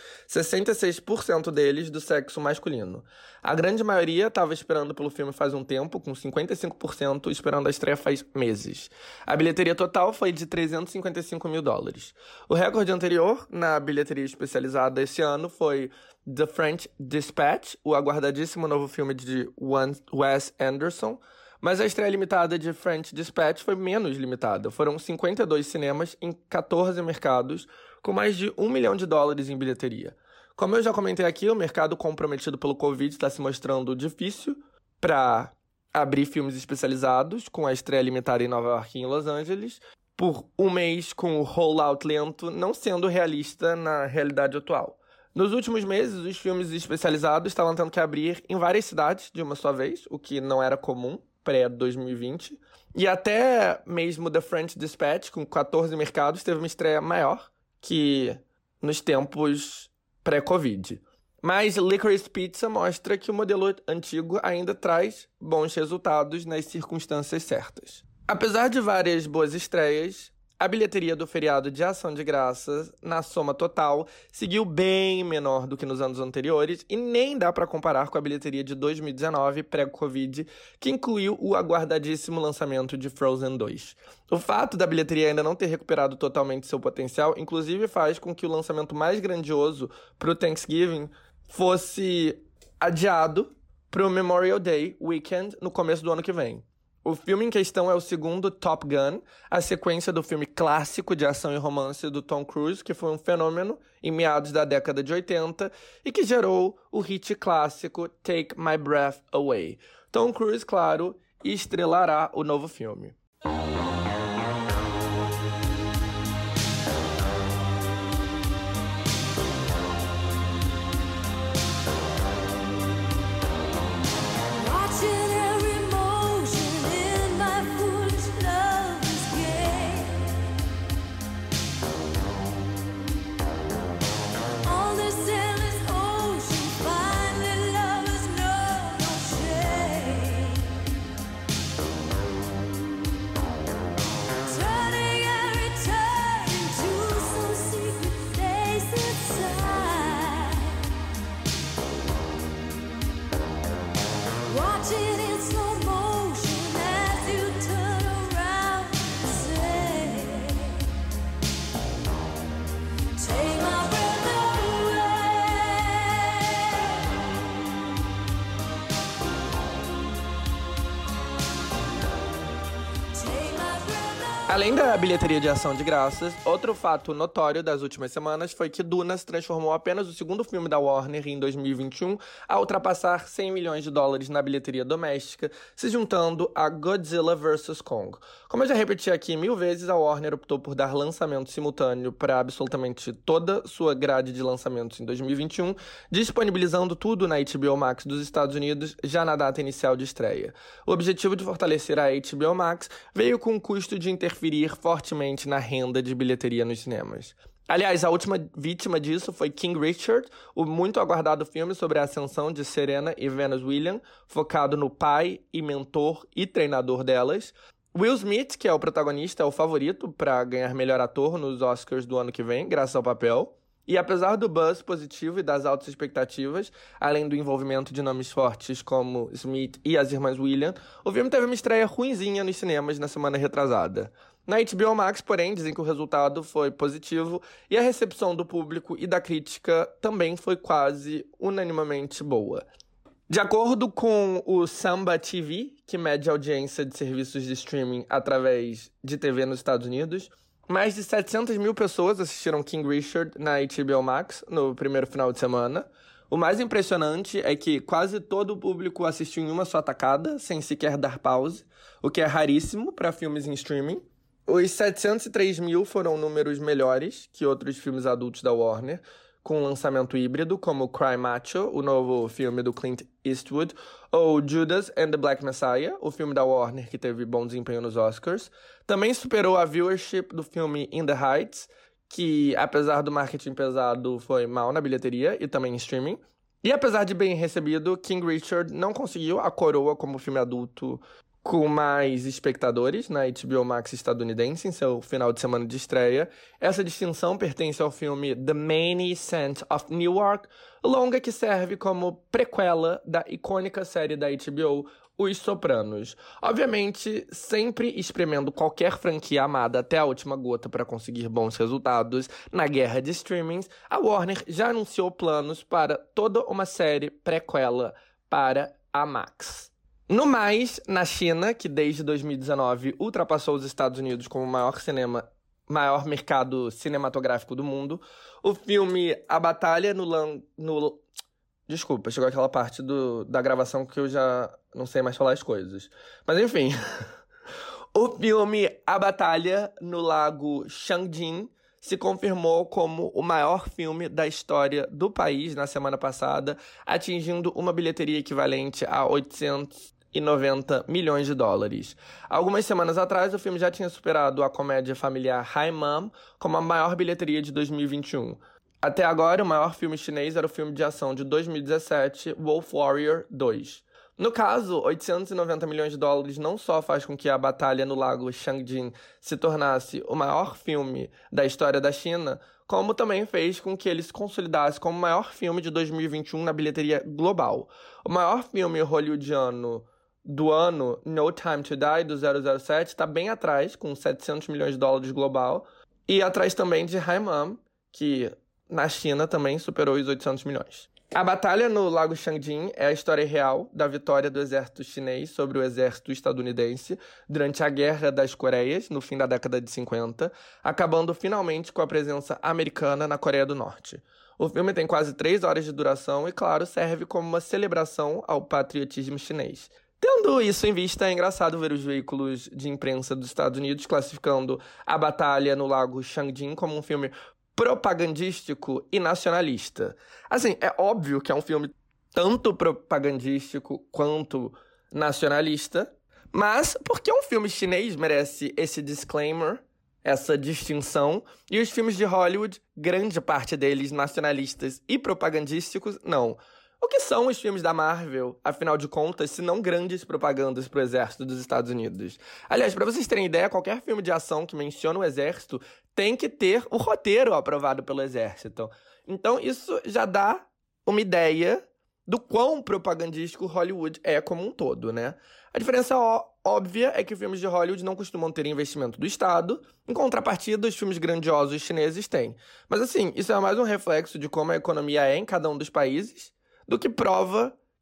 66% deles do sexo masculino. A grande maioria estava esperando pelo filme faz um tempo, com 55% esperando a estreia faz meses. A bilheteria total foi de $355 mil. O recorde anterior na bilheteria especializada esse ano foi The French Dispatch, o aguardadíssimo novo filme de Wes Anderson. Mas a estreia limitada de French Dispatch foi menos limitada. Foram 52 cinemas em 14 mercados, com mais de $1 milhão em bilheteria. Como eu já comentei aqui, o mercado comprometido pelo Covid está se mostrando difícil para abrir filmes especializados, com a estreia limitada em Nova York e em Los Angeles, por um mês com o rollout lento não sendo realista na realidade atual. Nos últimos meses, os filmes especializados estavam tendo que abrir em várias cidades de uma só vez, o que não era comum pré-2020, e até mesmo The French Dispatch, com 14 mercados, teve uma estreia maior que nos tempos pré-Covid. Mas Licorice Pizza mostra que o modelo antigo ainda traz bons resultados nas circunstâncias certas. Apesar de várias boas estreias, a bilheteria do feriado de Ação de Graças, na soma total, seguiu bem menor do que nos anos anteriores e nem dá para comparar com a bilheteria de 2019, pré-Covid, que incluiu o aguardadíssimo lançamento de Frozen 2. O fato da bilheteria ainda não ter recuperado totalmente seu potencial, inclusive faz com que o lançamento mais grandioso para o Thanksgiving fosse adiado para o Memorial Day Weekend no começo do ano que vem. O filme em questão é o segundo Top Gun, a sequência do filme clássico de ação e romance do Tom Cruise, que foi um fenômeno em meados da década de 80 e que gerou o hit clássico Take My Breath Away. Tom Cruise, claro, estrelará o novo filme. Além da bilheteria de ação de graças, outro fato notório das últimas semanas foi que Duna se transformou apenas o segundo filme da Warner em 2021 a ultrapassar 100 milhões de dólares na bilheteria doméstica, se juntando a Godzilla vs. Kong. Como eu já repeti aqui 1000 vezes, a Warner optou por dar lançamento simultâneo para absolutamente toda sua grade de lançamentos em 2021, disponibilizando tudo na HBO Max dos Estados Unidos já na data inicial de estreia. O objetivo de fortalecer a HBO Max veio com o custo de interferir fortemente na renda de bilheteria nos cinemas. Aliás, a última vítima disso foi King Richard, o muito aguardado filme sobre a ascensão de Serena e Venus Williams, focado no pai e mentor e treinador delas. Will Smith, que é o protagonista, é o favorito para ganhar melhor ator nos Oscars do ano que vem, graças ao papel. E apesar do buzz positivo e das altas expectativas, além do envolvimento de nomes fortes como Smith e as irmãs Williams, o filme teve uma estreia ruinzinha nos cinemas na semana retrasada. Na HBO Max, porém, dizem que o resultado foi positivo e a recepção do público e da crítica também foi quase unanimamente boa. De acordo com o Samba TV, que mede a audiência de serviços de streaming através de TV nos Estados Unidos, mais de 700 mil pessoas assistiram King Richard na HBO Max no primeiro final de semana. O mais impressionante é que quase todo o público assistiu em uma só tacada, sem sequer dar pause, o que é raríssimo para filmes em streaming. Os 703 mil foram números melhores que outros filmes adultos da Warner, com lançamento híbrido, como Cry Macho, o novo filme do Clint Eastwood, ou Judas and the Black Messiah, o filme da Warner que teve bom desempenho nos Oscars. Também superou a viewership do filme In the Heights, que, apesar do marketing pesado, foi mal na bilheteria e também em streaming. E apesar de bem recebido, King Richard não conseguiu a coroa como filme adulto com mais espectadores na HBO Max estadunidense em seu final de semana de estreia. Essa distinção pertence ao filme The Many Saints of Newark, longa que serve como prequela da icônica série da HBO, Os Sopranos. Obviamente, sempre espremendo qualquer franquia amada até a última gota para conseguir bons resultados na guerra de streamings, a Warner já anunciou planos para toda uma série prequela para a Max. No mais, na China, que desde 2019 ultrapassou os Estados Unidos como o maior mercado cinematográfico do mundo, o filme A Batalha Desculpa, chegou aquela parte da gravação que eu já não sei mais falar as coisas. Mas enfim, o filme A Batalha no Lago Changjin se confirmou como o maior filme da história do país na semana passada, atingindo uma bilheteria equivalente a 890 milhões de dólares. Algumas semanas atrás, o filme já tinha superado a comédia familiar Hi Mom como a maior bilheteria de 2021. Até agora, o maior filme chinês era o filme de ação de 2017, Wolf Warrior 2. No caso, 890 milhões de dólares não só faz com que A Batalha no Lago Changjin se tornasse o maior filme da história da China, como também fez com que ele se consolidasse como o maior filme de 2021 na bilheteria global. O maior filme hollywoodiano do ano, No Time to Die, do 007, está bem atrás, com 700 milhões de dólares global, e atrás também de Hi Mom, que na China também superou os 800 milhões. A Batalha no Lago Changjin é a história real da vitória do exército chinês sobre o exército estadunidense durante a Guerra das Coreias, no fim da década de 50, acabando finalmente com a presença americana na Coreia do Norte. O filme tem quase 3 horas de duração e, claro, serve como uma celebração ao patriotismo chinês. Tendo isso em vista, é engraçado ver os veículos de imprensa dos Estados Unidos classificando A Batalha no Lago Changjin como um filme propagandístico e nacionalista. Assim, é óbvio que é um filme tanto propagandístico quanto nacionalista, mas porque um filme chinês merece esse disclaimer, essa distinção, e os filmes de Hollywood, grande parte deles nacionalistas e propagandísticos, não. O que são os filmes da Marvel, afinal de contas, se não grandes propagandas para o exército dos Estados Unidos? Aliás, para vocês terem ideia, qualquer filme de ação que menciona o exército tem que ter o roteiro aprovado pelo exército. Então, isso já dá uma ideia do quão propagandístico Hollywood é como um todo, né? A diferença óbvia é que filmes de Hollywood não costumam ter investimento do Estado, em contrapartida, os filmes grandiosos chineses têm. Mas assim, isso é mais um reflexo de como a economia é em cada um dos países, do que prova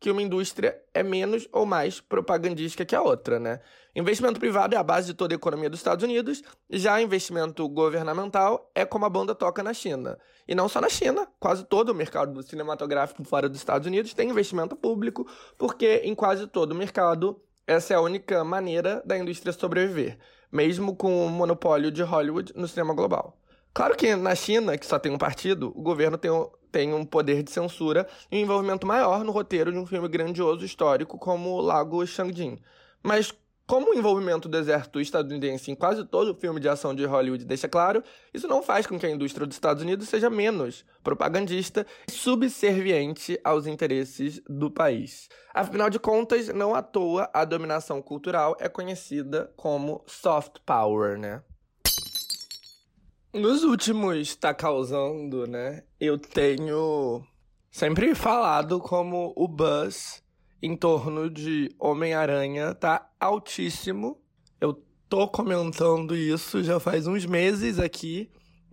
que uma indústria é menos ou mais propagandística que a outra, né? Investimento privado é a base de toda a economia dos Estados Unidos, já investimento governamental é como a banda toca na China. E não só na China, quase todo o mercado cinematográfico fora dos Estados Unidos tem investimento público, porque em quase todo o mercado essa é a única maneira da indústria sobreviver, mesmo com o monopólio de Hollywood no cinema global. Claro que na China, que só tem um partido, o governo tem um poder de censura e um envolvimento maior no roteiro de um filme grandioso histórico como o Lago Changjin. Mas como o envolvimento do exército estadunidense em quase todo filme de ação de Hollywood deixa claro, isso não faz com que a indústria dos Estados Unidos seja menos propagandista e subserviente aos interesses do país. Afinal de contas, não à toa, a dominação cultural é conhecida como soft power, né? Nos últimos Tá Causando, né, eu tenho sempre falado como o buzz em torno de Homem-Aranha tá altíssimo. Eu tô comentando isso já faz uns meses aqui,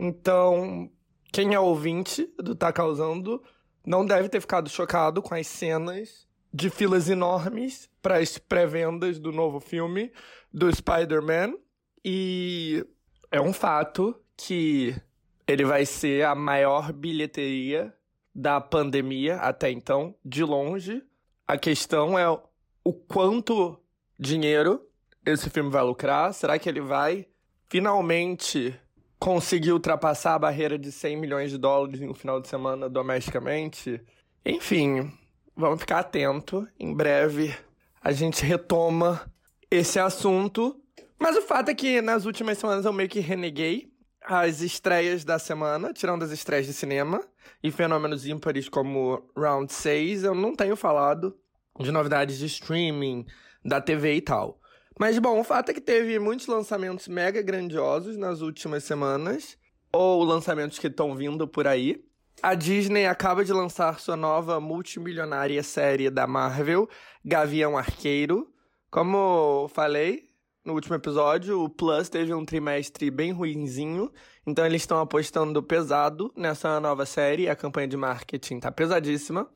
então quem é ouvinte do Tá Causando não deve ter ficado chocado com as cenas de filas enormes para as pré-vendas do novo filme do Spider-Man, e é um fato que ele vai ser a maior bilheteria da pandemia até então, de longe. A questão é o quanto dinheiro esse filme vai lucrar. Será que ele vai finalmente conseguir ultrapassar a barreira de 100 milhões de dólares em um final de semana domesticamente? Enfim, vamos ficar atento. Em breve a gente retoma esse assunto. Mas o fato é que nas últimas semanas eu meio que reneguei as estreias da semana, tirando as estreias de cinema e fenômenos ímpares como Round 6, eu não tenho falado de novidades de streaming, da TV e tal. Mas, bom, o fato é que teve muitos lançamentos mega grandiosos nas últimas semanas, ou lançamentos que estão vindo por aí. A Disney acaba de lançar sua nova multimilionária série da Marvel, Gavião Arqueiro. Como falei no último episódio, o Plus teve um trimestre bem ruinzinho, então eles estão apostando pesado nessa nova série, a campanha de marketing tá pesadíssima.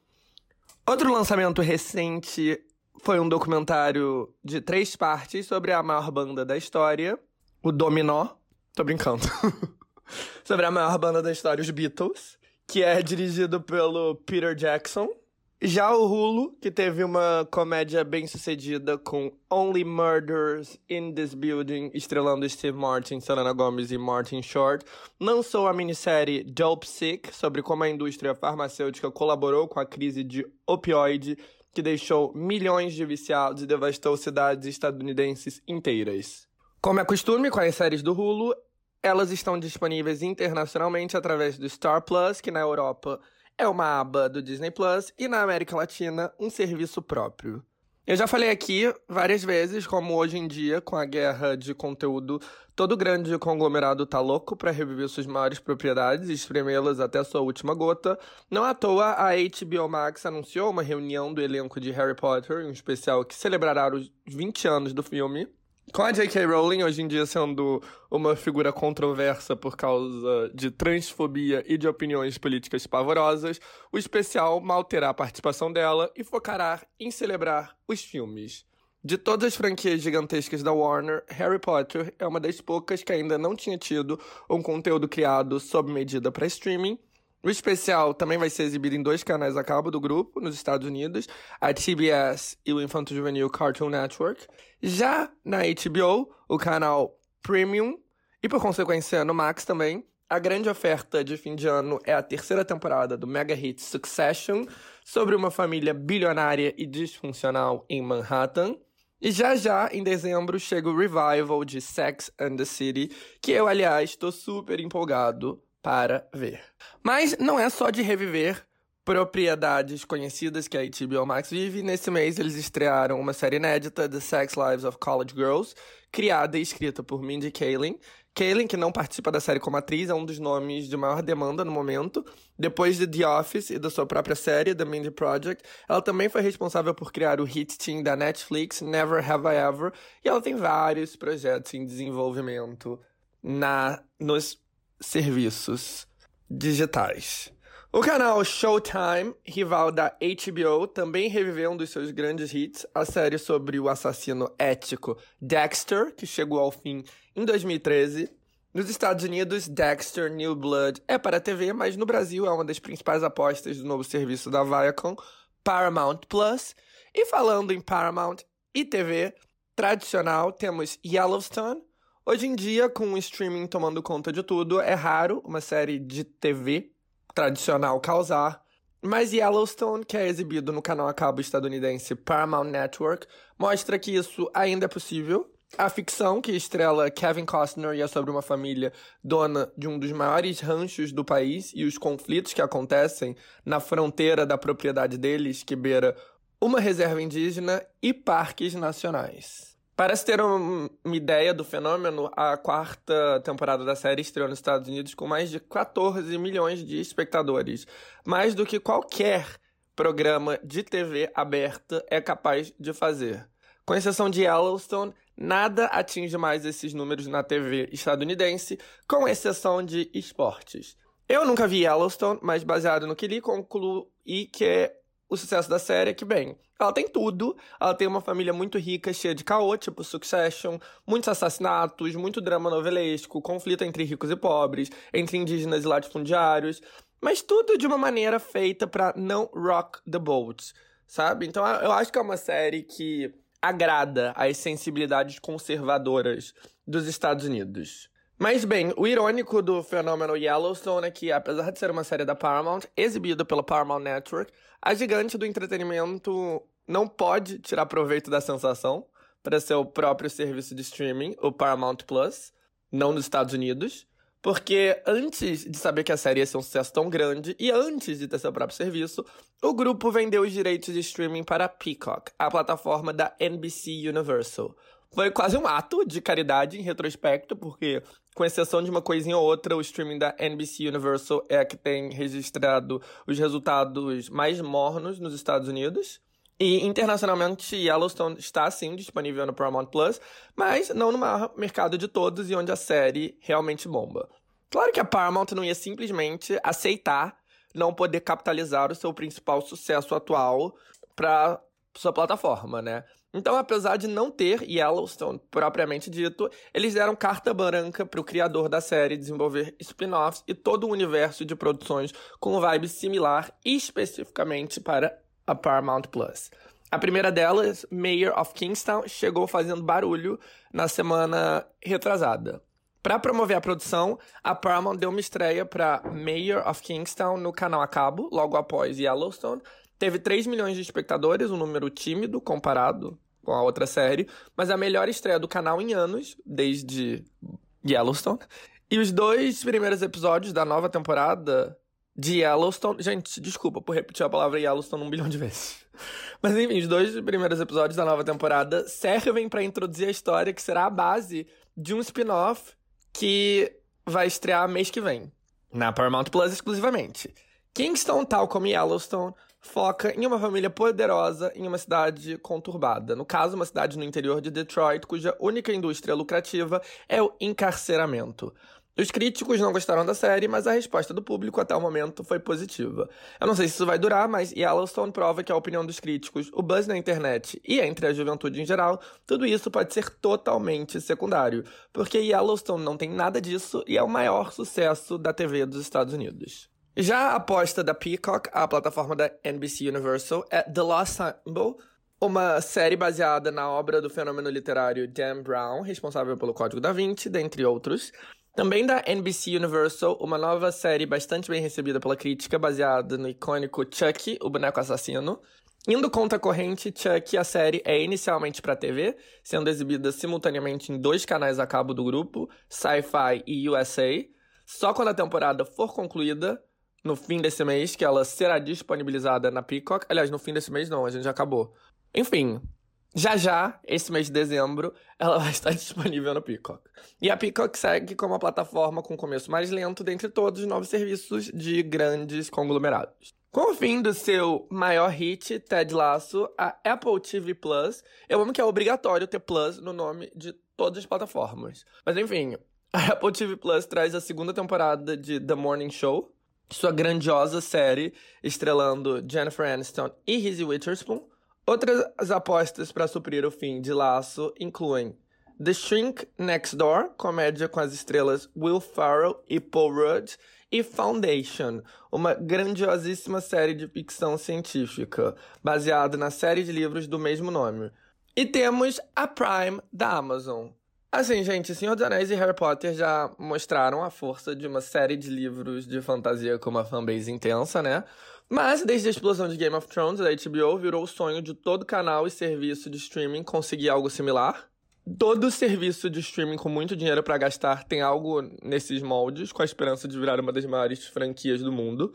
Outro lançamento recente foi um documentário de 3 partes sobre a maior banda da história, o Dominó. Tô brincando. Sobre a maior banda da história, os Beatles, que é dirigido pelo Peter Jackson. Já o Hulu, que teve uma comédia bem sucedida com Only Murders in This Building, estrelando Steve Martin, Selena Gomez e Martin Short, lançou a minissérie Dope Sick, sobre como a indústria farmacêutica colaborou com a crise de opioide, que deixou milhões de viciados e devastou cidades estadunidenses inteiras. Como é costume com as séries do Hulu, elas estão disponíveis internacionalmente através do Star Plus, que na Europa é uma aba do Disney Plus, e na América Latina, um serviço próprio. Eu já falei aqui várias vezes como hoje em dia, com a guerra de conteúdo, todo grande conglomerado tá louco pra reviver suas maiores propriedades e espremê-las até sua última gota. Não à toa, a HBO Max anunciou uma reunião do elenco de Harry Potter, um especial que celebrará os 20 anos do filme. Com a J.K. Rowling hoje em dia sendo uma figura controversa por causa de transfobia e de opiniões políticas pavorosas, o especial mal terá a participação dela e focará em celebrar os filmes. De todas as franquias gigantescas da Warner, Harry Potter é uma das poucas que ainda não tinha tido um conteúdo criado sob medida para streaming. O especial também vai ser exibido em 2 canais a cabo do grupo, nos Estados Unidos, a TBS e o infanto-juvenil Cartoon Network. Já na HBO, o canal Premium, e por consequência no Max também, a grande oferta de fim de ano é a 3ª temporada do mega hit Succession, sobre uma família bilionária e disfuncional em Manhattan. E já, em dezembro, chega o revival de Sex and the City, que eu, aliás, estou super empolgado para ver. Mas não é só de reviver propriedades conhecidas que a HBO Max vive. Nesse mês eles estrearam uma série inédita, The Sex Lives of College Girls, criada e escrita por Mindy Kaling. Kaling, que não participa da série como atriz, é um dos nomes de maior demanda no momento. Depois de The Office e da sua própria série, The Mindy Project, ela também foi responsável por criar o hit teen da Netflix, Never Have I Ever, e ela tem vários projetos em desenvolvimento nos serviços digitais. O canal Showtime, rival da HBO, também reviveu um dos seus grandes hits, a série sobre o assassino ético Dexter, que chegou ao fim em 2013. Nos Estados Unidos, Dexter New Blood é para a TV, mas no Brasil é uma das principais apostas do novo serviço da Viacom, Paramount Plus. E falando em Paramount e TV tradicional, temos Yellowstone. Hoje em dia, com o streaming tomando conta de tudo, é raro uma série de TV tradicional causar, mas Yellowstone, que é exibido no canal a cabo estadunidense Paramount Network, mostra que isso ainda é possível. A ficção, que estrela Kevin Costner e é sobre uma família dona de um dos maiores ranchos do país e os conflitos que acontecem na fronteira da propriedade deles, que beira uma reserva indígena e parques nacionais. Para se ter uma ideia do fenômeno, a 4ª temporada da série estreou nos Estados Unidos com mais de 14 milhões de espectadores, mais do que qualquer programa de TV aberta é capaz de fazer. Com exceção de Yellowstone, nada atinge mais esses números na TV estadunidense, com exceção de esportes. Eu nunca vi Yellowstone, mas baseado no que li, concluí que o sucesso da série é que, bem, ela tem tudo. Ela tem uma família muito rica, cheia de caô, tipo Succession, muitos assassinatos, muito drama novelesco, conflito entre ricos e pobres, entre indígenas e latifundiários, mas tudo de uma maneira feita pra não rock the boat, sabe? Então eu acho que é uma série que agrada às sensibilidades conservadoras dos Estados Unidos. Mas bem, o irônico do fenômeno Yellowstone é que, apesar de ser uma série da Paramount, exibida pela Paramount Network, a gigante do entretenimento não pode tirar proveito da sensação para seu próprio serviço de streaming, o Paramount Plus, não nos Estados Unidos, porque antes de saber que a série ia ser um sucesso tão grande e antes de ter seu próprio serviço, o grupo vendeu os direitos de streaming para a Peacock, a plataforma da NBC Universal. Foi quase um ato de caridade em retrospecto, porque, com exceção de uma coisinha ou outra, o streaming da NBC Universal é a que tem registrado os resultados mais mornos nos Estados Unidos. E, internacionalmente, Yellowstone está, sim, disponível no Paramount Plus, mas não no maior mercado de todos e onde a série realmente bomba. Claro que a Paramount não ia simplesmente aceitar não poder capitalizar o seu principal sucesso atual para sua plataforma, né? Então, apesar de não ter Yellowstone propriamente dito, eles deram carta branca para o criador da série desenvolver spin-offs e todo o universo de produções com vibe similar, especificamente para a Paramount Plus. A primeira delas, Mayor of Kingstown, chegou fazendo barulho na semana retrasada. Para promover a produção, a Paramount deu uma estreia para Mayor of Kingstown no canal a cabo, logo após Yellowstone. Teve 3 milhões de espectadores, um número tímido comparado com a outra série, mas a melhor estreia do canal em anos, desde Yellowstone. E os 2 primeiros episódios da nova temporada de Yellowstone... Gente, desculpa por repetir a palavra Yellowstone 1 bilhão de vezes. Mas enfim, os 2 primeiros episódios da nova temporada servem para introduzir a história que será a base de um spin-off que vai estrear mês que vem, na Paramount Plus exclusivamente. Kingston, tal como Yellowstone, foca em uma família poderosa em uma cidade conturbada. No caso, uma cidade no interior de Detroit, cuja única indústria lucrativa é o encarceramento. Os críticos não gostaram da série, mas a resposta do público até o momento foi positiva. Eu não sei se isso vai durar, mas Yellowstone prova que a opinião dos críticos, o buzz na internet e entre a juventude em geral, tudo isso pode ser totalmente secundário, porque Yellowstone não tem nada disso e é o maior sucesso da TV dos Estados Unidos. Já a aposta da Peacock, a plataforma da NBC Universal, é The Lost Symbol, uma série baseada na obra do fenômeno literário Dan Brown, responsável pelo Código da Vinci, dentre outros. Também da NBC Universal, uma nova série bastante bem recebida pela crítica, baseada no icônico Chucky, o boneco assassino. Indo contra a corrente, Chucky, a série é inicialmente para TV, sendo exibida simultaneamente em 2 canais a cabo do grupo, Sci-Fi e USA. Só quando a temporada for concluída, no fim desse mês, que ela será disponibilizada na Peacock. Aliás, no fim desse mês não, a gente já acabou. Enfim, já, esse mês de dezembro, ela vai estar disponível no Peacock. E a Peacock segue como a plataforma com começo mais lento dentre todos os novos serviços de grandes conglomerados. Com o fim do seu maior hit, Ted Lasso, a Apple TV Plus, eu amo que é obrigatório ter Plus no nome de todas as plataformas. Mas enfim, a Apple TV Plus traz a 2ª temporada de The Morning Show, sua grandiosa série estrelando Jennifer Aniston e Reese Witherspoon. Outras apostas para suprir o fim de Laço incluem The Shrink Next Door, comédia com as estrelas Will Ferrell e Paul Rudd, e Foundation, uma grandiosíssima série de ficção científica, baseada na série de livros do mesmo nome. E temos a Prime da Amazon. Assim, gente, Senhor dos Anéis e Harry Potter já mostraram a força de uma série de livros de fantasia com uma fanbase intensa, né? Mas, desde a explosão de Game of Thrones, a HBO virou o sonho de todo canal e serviço de streaming conseguir algo similar. Todo serviço de streaming com muito dinheiro pra gastar tem algo nesses moldes, com a esperança de virar uma das maiores franquias do mundo.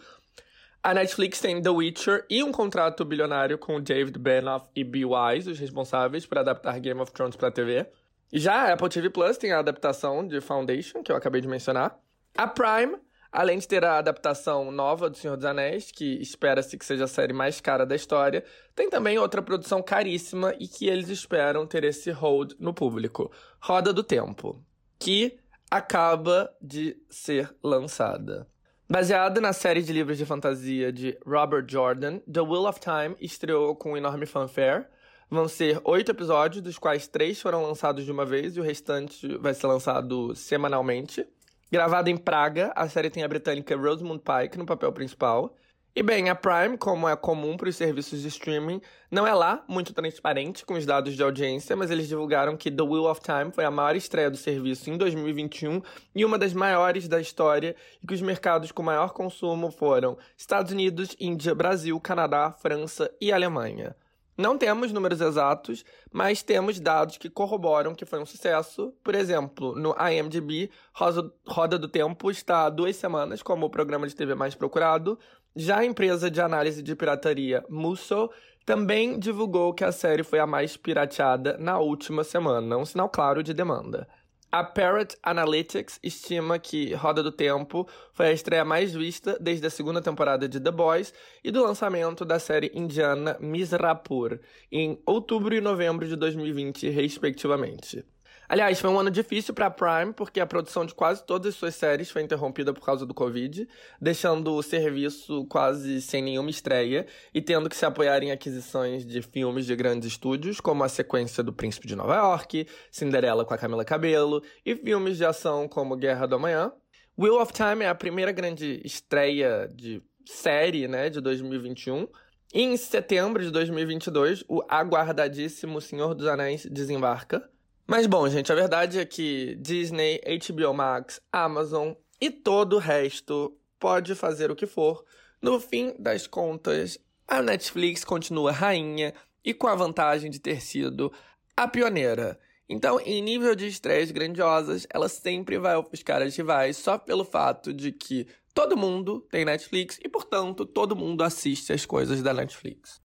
A Netflix tem The Witcher e um contrato bilionário com David Benioff e Bill Wise, os responsáveis por adaptar Game of Thrones pra TV. E já a Apple TV Plus tem a adaptação de Foundation, que eu acabei de mencionar. A Prime, além de ter a adaptação nova do Senhor dos Anéis, que espera-se que seja a série mais cara da história, tem também outra produção caríssima e que eles esperam ter esse hold no público. Roda do Tempo, que acaba de ser lançada. Baseada na série de livros de fantasia de Robert Jordan, The Wheel of Time estreou com um enorme fanfare. Vão ser 8 episódios, dos quais 3 foram lançados de uma vez e o restante vai ser lançado semanalmente. Gravada em Praga, a série tem a britânica Rosamund Pike no papel principal. E bem, a Prime, como é comum para os serviços de streaming, não é lá muito transparente com os dados de audiência, mas eles divulgaram que The Wheel of Time foi a maior estreia do serviço em 2021 e uma das maiores da história, e que os mercados com maior consumo foram Estados Unidos, Índia, Brasil, Canadá, França e Alemanha. Não temos números exatos, mas temos dados que corroboram que foi um sucesso. Por exemplo, no IMDb, Roda do Tempo está há 2 semanas como o programa de TV mais procurado. Já a empresa de análise de pirataria Musso também divulgou que a série foi a mais pirateada na última semana, um sinal claro de demanda. A Parrot Analytics estima que Roda do Tempo foi a estreia mais vista desde a segunda temporada de The Boys e do lançamento da série indiana Mizrapur, em outubro e novembro de 2020, respectivamente. Aliás, foi um ano difícil para a Prime, porque a produção de quase todas as suas séries foi interrompida por causa do Covid, deixando o serviço quase sem nenhuma estreia e tendo que se apoiar em aquisições de filmes de grandes estúdios, como a sequência do Príncipe de Nova York, Cinderela com a Camila Cabello e filmes de ação como Guerra do Amanhã. Wheel of Time é a primeira grande estreia de série, né, de 2021. E em setembro de 2022, o aguardadíssimo Senhor dos Anéis desembarca. Mas bom, gente, a verdade é que Disney, HBO Max, Amazon e todo o resto pode fazer o que for. No fim das contas, a Netflix continua rainha e com a vantagem de ter sido a pioneira. Então, em nível de estreias grandiosas, ela sempre vai ofuscar as rivais só pelo fato de que todo mundo tem Netflix e, portanto, todo mundo assiste as coisas da Netflix.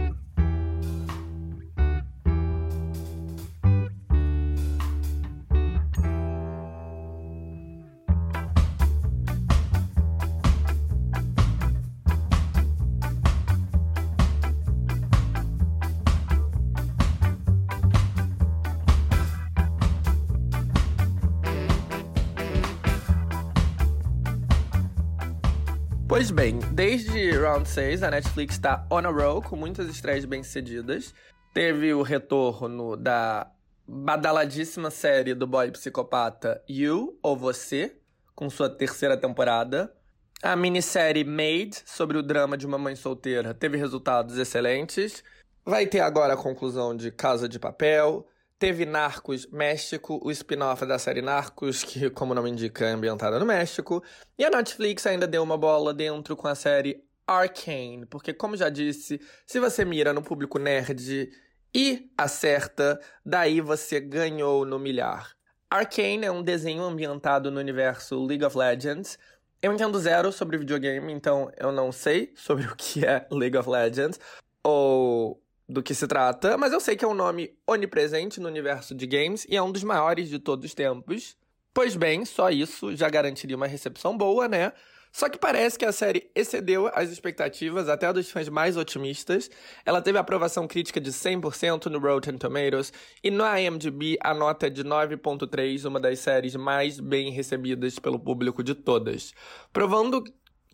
Pois bem, desde Round 6, a Netflix está on a roll, com muitas estreias bem-sucedidas. Teve o retorno da badaladíssima série do boy psicopata You, ou Você, com sua 3ª temporada. A minissérie Made, sobre o drama de uma mãe solteira, teve resultados excelentes. Vai ter agora a conclusão de Casa de Papel. Teve Narcos México, o spin-off da série Narcos, que, como o nome indica, é ambientada no México. E a Netflix ainda deu uma bola dentro com a série Arcane, porque, como já disse, se você mira no público nerd e acerta, daí você ganhou no milhar. Arcane é um desenho ambientado no universo League of Legends. Eu entendo zero sobre videogame, então eu não sei sobre o que é League of Legends, ou do que se trata, mas eu sei que é um nome onipresente no universo de games e é um dos maiores de todos os tempos. Pois bem, só isso já garantiria uma recepção boa, né? Só que parece que a série excedeu as expectativas, até dos fãs mais otimistas. Ela teve aprovação crítica de 100% no Rotten Tomatoes e no IMDb a nota é de 9.3, uma das séries mais bem recebidas pelo público de todas. Provando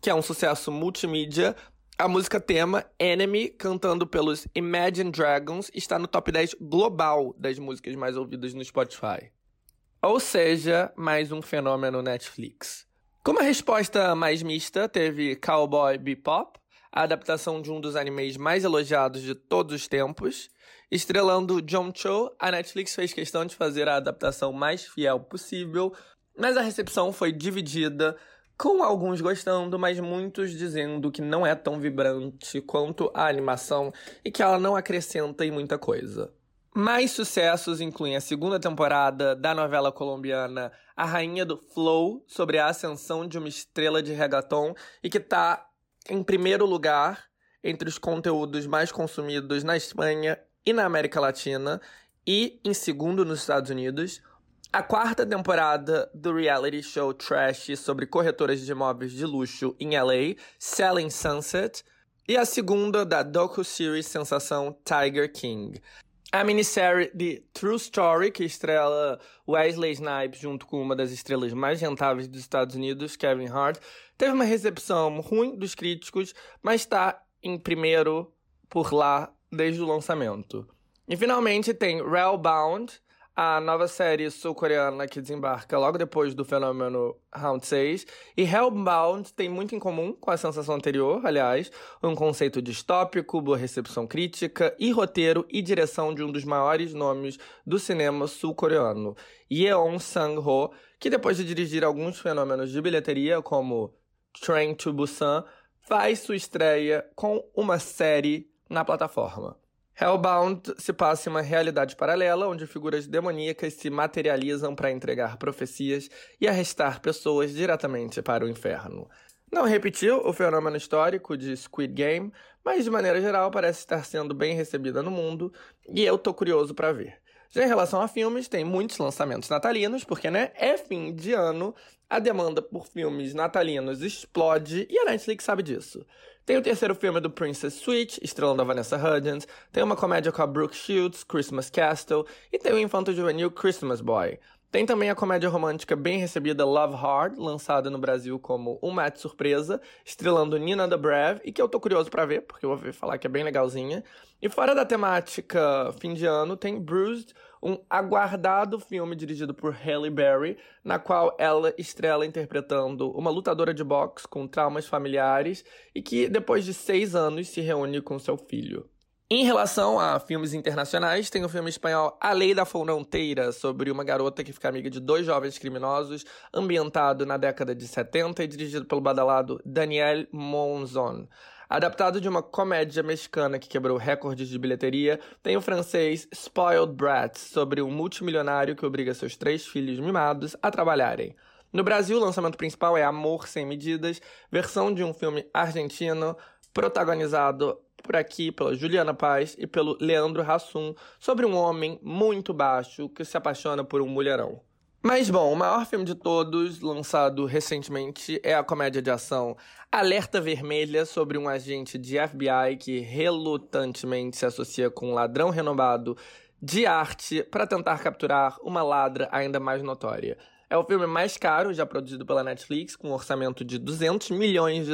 que é um sucesso multimídia. A música tema, Enemy, cantando pelos Imagine Dragons, está no top 10 global das músicas mais ouvidas no Spotify. Ou seja, mais um fenômeno Netflix. Como a resposta mais mista, teve Cowboy Bebop, a adaptação de um dos animes mais elogiados de todos os tempos. Estrelando John Cho, a Netflix fez questão de fazer a adaptação mais fiel possível, mas a recepção foi dividida, com alguns gostando, mas muitos dizendo que não é tão vibrante quanto a animação e que ela não acrescenta em muita coisa. Mais sucessos incluem a segunda temporada da novela colombiana A Rainha do Flow, sobre a ascensão de uma estrela de reggaeton e que está em primeiro lugar entre os conteúdos mais consumidos na Espanha e na América Latina, e em segundo nos Estados Unidos. A quarta temporada do reality show trash sobre corretoras de imóveis de luxo em LA, Selling Sunset, e a segunda da docu-series sensação Tiger King. A minissérie The True Story, que estrela Wesley Snipes junto com uma das estrelas mais rentáveis dos Estados Unidos, Kevin Hart, teve uma recepção ruim dos críticos, mas está em primeiro por lá desde o lançamento. E finalmente tem Hellbound, a nova série sul-coreana que desembarca logo depois do fenômeno Round 6. E Hellbound tem muito em comum com a sensação anterior, aliás, um conceito distópico, boa recepção crítica e roteiro e direção de um dos maiores nomes do cinema sul-coreano, Yeon Sang-ho, que depois de dirigir alguns fenômenos de bilheteria, como Train to Busan, faz sua estreia com uma série na plataforma. Hellbound se passa em uma realidade paralela, onde figuras demoníacas se materializam para entregar profecias e arrastar pessoas diretamente para o inferno. Não repetiu o fenômeno histórico de Squid Game, mas de maneira geral parece estar sendo bem recebida no mundo, e eu tô curioso para ver. Já em relação a filmes, tem muitos lançamentos natalinos, porque, é fim de ano, a demanda por filmes natalinos explode e a Netflix sabe disso. Tem o terceiro filme do Princess Switch, estrelando a Vanessa Hudgens, tem uma comédia com a Brooke Shields, Christmas Castle, e tem o infanto-juvenil Christmas Boy. Tem também a comédia romântica bem recebida Love Hard, lançada no Brasil como Um Match Surpresa, estrelando Nina Dobrev, e que eu tô curioso pra ver, porque eu vou falar que é bem legalzinha. E fora da temática fim de ano, tem Bruised, um aguardado filme dirigido por Halle Berry, na qual ela estrela interpretando uma lutadora de boxe com traumas familiares e que, depois de 6 anos, se reúne com seu filho. Em relação a filmes internacionais, tem o filme espanhol A Lei da Fronteira, sobre uma garota que fica amiga de 2 jovens criminosos, ambientado na década de 70 e dirigido pelo badalado Daniel Monzon. Adaptado de uma comédia mexicana que quebrou recordes de bilheteria, tem o francês Spoiled Brats, sobre um multimilionário que obriga seus 3 filhos mimados a trabalharem. No Brasil, o lançamento principal é Amor Sem Medidas, versão de um filme argentino, protagonizado por aqui pela Juliana Paz e pelo Leandro Hassum, sobre um homem muito baixo que se apaixona por um mulherão. Mas, bom, o maior filme de todos, lançado recentemente, é a comédia de ação Alerta Vermelha, sobre um agente de FBI que relutantemente se associa com um ladrão renomado de arte para tentar capturar uma ladra ainda mais notória. É o filme mais caro já produzido pela Netflix, com um orçamento de $200 milhões.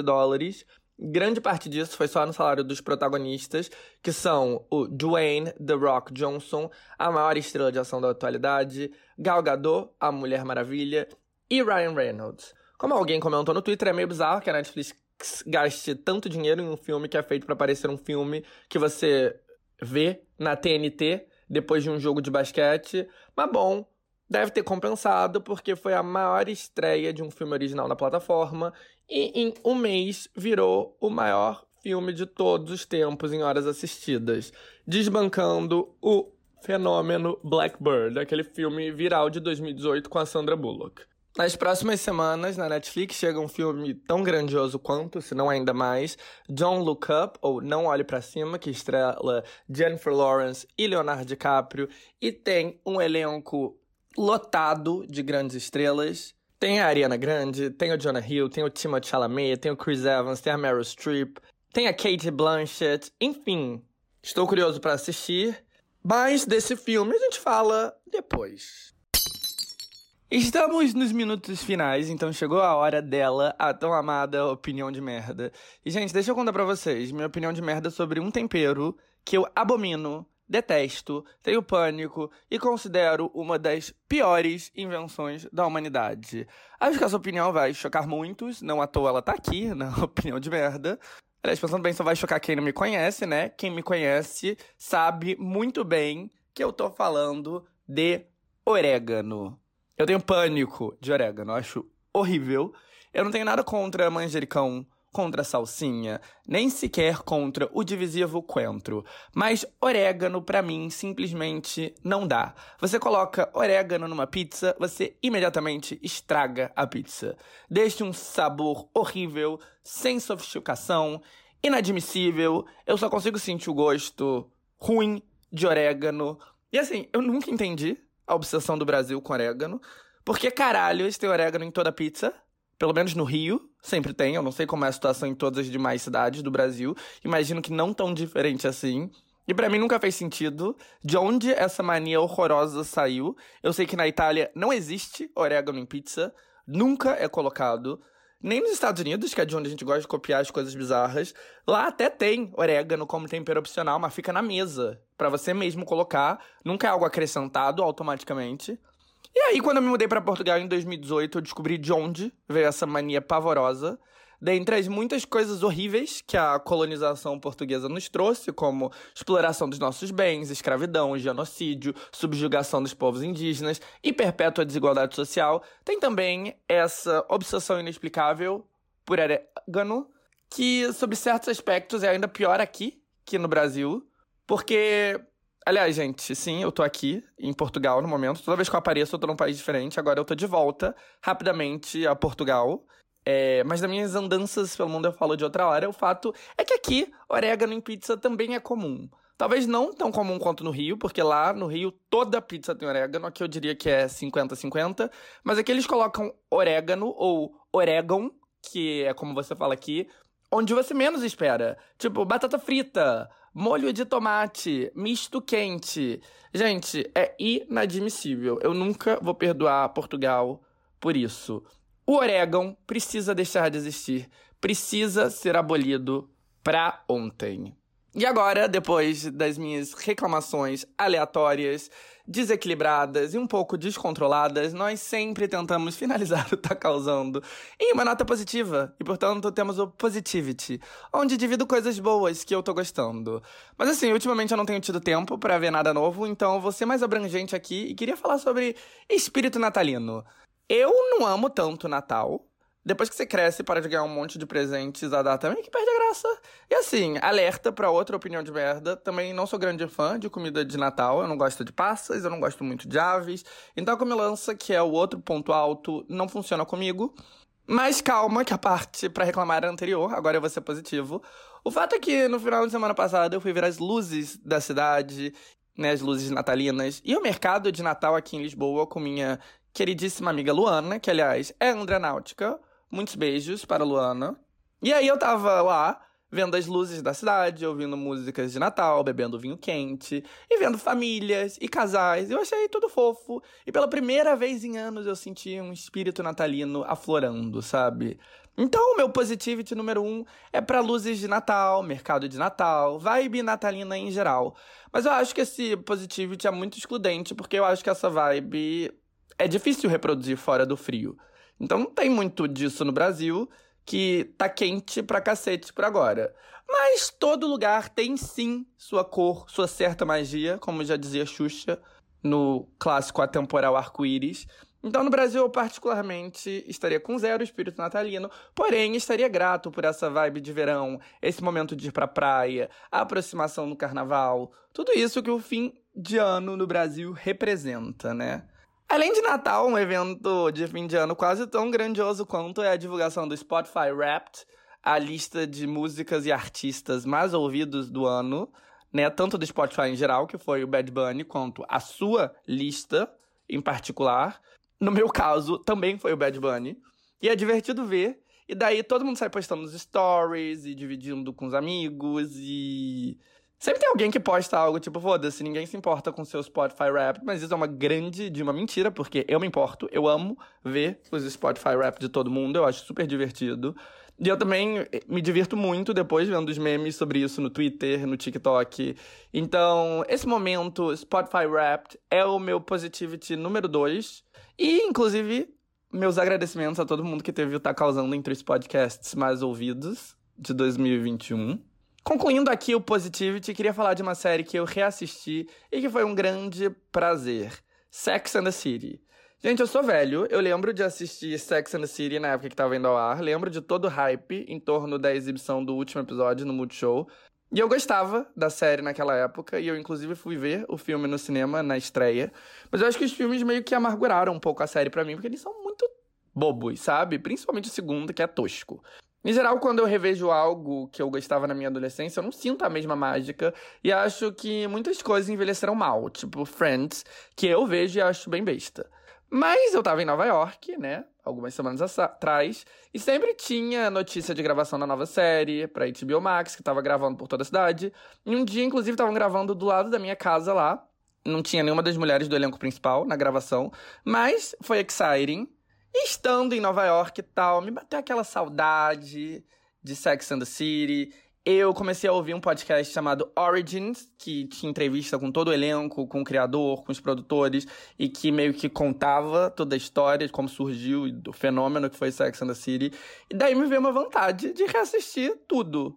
Grande parte disso foi só no salário dos protagonistas, que são o Dwayne The Rock Johnson, a maior estrela de ação da atualidade, Gal Gadot, a Mulher Maravilha, e Ryan Reynolds. Como alguém comentou no Twitter, é meio bizarro que a Netflix gaste tanto dinheiro em um filme que é feito para parecer um filme que você vê na TNT depois de um jogo de basquete, mas bom, deve ter compensado, porque foi a maior estreia de um filme original na plataforma e em um mês virou o maior filme de todos os tempos em horas assistidas, desbancando o fenômeno Blackbird, aquele filme viral de 2018 com a Sandra Bullock. Nas próximas semanas, na Netflix, chega um filme tão grandioso quanto, se não ainda mais, Don't Look Up, ou Não Olhe Pra Cima, que estrela Jennifer Lawrence e Leonardo DiCaprio, e tem um elenco lotado de grandes estrelas. Tem a Ariana Grande, tem o Jonah Hill, tem o Timothée Chalamet, tem o Chris Evans, tem a Meryl Streep, tem a Cate Blanchett, enfim. Estou curioso para assistir, mas desse filme a gente fala depois. Estamos nos minutos finais, então chegou a hora dela, a tão amada opinião de merda. E, gente, deixa eu contar pra vocês minha opinião de merda sobre um tempero que eu abomino, detesto, tenho pânico e considero uma das piores invenções da humanidade. Acho que essa opinião vai chocar muitos, não à toa ela tá aqui, na opinião de merda. Aliás, pensando bem, só vai chocar quem não me conhece, né? Quem me conhece sabe muito bem que eu tô falando de orégano. Eu tenho pânico de orégano, eu acho horrível. Eu não tenho nada contra manjericão, contra salsinha, nem sequer contra o divisivo coentro. Mas orégano, pra mim, simplesmente não dá. Você coloca orégano numa pizza, você imediatamente estraga a pizza. Deixa um sabor horrível, sem sofisticação, inadmissível. Eu só consigo sentir o gosto ruim de orégano. E assim, eu nunca entendi a obsessão do Brasil com orégano. Porque, caralho, eles têm orégano em toda pizza. Pelo menos no Rio, sempre tem. Eu não sei como é a situação em todas as demais cidades do Brasil. Imagino que não tão diferente assim. E pra mim nunca fez sentido de onde essa mania horrorosa saiu. Eu sei que na Itália não existe orégano em pizza. Nunca é colocado. Nem nos Estados Unidos, que é de onde a gente gosta de copiar as coisas bizarras. Lá até tem orégano como tempero opcional, mas fica na mesa, pra você mesmo colocar. Nunca é algo acrescentado automaticamente. E aí, quando eu me mudei pra Portugal em 2018, eu descobri de onde veio essa mania pavorosa. Dentre as muitas coisas horríveis que a colonização portuguesa nos trouxe, como exploração dos nossos bens, escravidão, genocídio, subjugação dos povos indígenas e perpétua desigualdade social, tem também essa obsessão inexplicável por orégano, que, sob certos aspectos, é ainda pior aqui que no Brasil, porque... Aliás, gente, sim, eu tô aqui em Portugal no momento. Toda vez que eu apareço, eu tô num país diferente. Agora eu tô de volta, rapidamente, a Portugal. Mas das minhas andanças pelo mundo eu falo de outra hora. O fato é que aqui, orégano em pizza também é comum. Talvez não tão comum quanto no Rio, porque lá no Rio toda pizza tem orégano. Aqui eu diria que é 50-50. Mas aqui eles colocam orégano ou orégão, que é como você fala aqui, onde você menos espera. Tipo, batata frita, molho de tomate, misto quente. Gente, é inadmissível. Eu nunca vou perdoar Portugal por isso. O orégano precisa deixar de existir. Precisa ser abolido pra ontem. E agora, depois das minhas reclamações aleatórias, desequilibradas e um pouco descontroladas, nós sempre tentamos finalizar o Tá Causando em uma nota positiva. E, portanto, temos o Positivity, onde divido coisas boas que eu tô gostando. Mas assim, ultimamente eu não tenho tido tempo pra ver nada novo, então eu vou ser mais abrangente aqui e queria falar sobre espírito natalino. Eu não amo tanto o Natal. Depois que você cresce e para de ganhar um monte de presentes, a data meio que perde a graça. E assim, alerta pra outra opinião de merda. Também não sou grande fã de comida de Natal. Eu não gosto de passas, eu não gosto muito de aves. Então a comilança, que é o outro ponto alto, não funciona comigo. Mas calma, que a parte pra reclamar era anterior. Agora eu vou ser positivo. O fato é que no final de semana passada eu fui ver as luzes da cidade, né, as luzes natalinas. E o mercado de Natal aqui em Lisboa com minha queridíssima amiga Luana, que aliás é Andranáutica. Muitos beijos para a Luana. E aí eu tava lá, vendo as luzes da cidade, ouvindo músicas de Natal, bebendo vinho quente, e vendo famílias e casais. Eu achei tudo fofo. E pela primeira vez em anos eu senti um espírito natalino aflorando, sabe? Então o meu positivity número 1 é pra luzes de Natal, mercado de Natal, vibe natalina em geral. Mas eu acho que esse positivity é muito excludente, porque eu acho que essa vibe é difícil reproduzir fora do frio. Então não tem muito disso no Brasil, que tá quente pra cacete por agora. Mas todo lugar tem sim sua cor, sua certa magia, como já dizia Xuxa no clássico atemporal Arco-Íris. Então no Brasil eu particularmente estaria com zero espírito natalino, porém estaria grato por essa vibe de verão, esse momento de ir pra praia, a aproximação do carnaval, tudo isso que o fim de ano no Brasil representa, né? Além de Natal, um evento de fim de ano quase tão grandioso quanto é a divulgação do Spotify Wrapped, a lista de músicas e artistas mais ouvidos do ano, né? Tanto do Spotify em geral, que foi o Bad Bunny, quanto a sua lista em particular. No meu caso, também foi o Bad Bunny. E é divertido ver. E daí todo mundo sai postando nos stories e dividindo com os amigos e... Sempre tem alguém que posta algo tipo, foda-se, ninguém se importa com seu Spotify Wrapped, mas isso é uma grande de uma mentira, porque eu me importo, eu amo ver os Spotify Wrapped de todo mundo, eu acho super divertido. E eu também me divirto muito depois vendo os memes sobre isso no Twitter, no TikTok. Então, esse momento, Spotify Wrapped, é o meu Positivity número 2. E, inclusive, meus agradecimentos a todo mundo que teve o Tá Causando entre os podcasts mais ouvidos de 2021. Concluindo aqui o Positivity, queria falar de uma série que eu reassisti e que foi um grande prazer. Sex and the City. Gente, eu sou velho, eu lembro de assistir Sex and the City na época que tava indo ao ar, lembro de todo o hype em torno da exibição do último episódio no Multishow, e eu gostava da série naquela época, e eu inclusive fui ver o filme no cinema na estreia, mas eu acho que os filmes meio que amarguraram um pouco a série pra mim, porque eles são muito bobos, sabe? Principalmente o segundo, que é tosco. Em geral, quando eu revejo algo que eu gostava na minha adolescência, eu não sinto a mesma mágica e acho que muitas coisas envelheceram mal, tipo Friends, que eu vejo e acho bem besta. Mas eu tava em Nova York, né, algumas semanas atrás, e sempre tinha notícia de gravação da nova série pra HBO Max, que tava gravando por toda a cidade. E um dia, inclusive, estavam gravando do lado da minha casa lá. Não tinha nenhuma das mulheres do elenco principal na gravação, mas foi exciting. E estando em Nova York e tal, me bateu aquela saudade de Sex and the City. Eu comecei a ouvir um podcast chamado Origins, que tinha entrevista com todo o elenco, com o criador, com os produtores, e que meio que contava toda a história de como surgiu e do fenômeno que foi Sex and the City. E daí me veio uma vontade de reassistir tudo.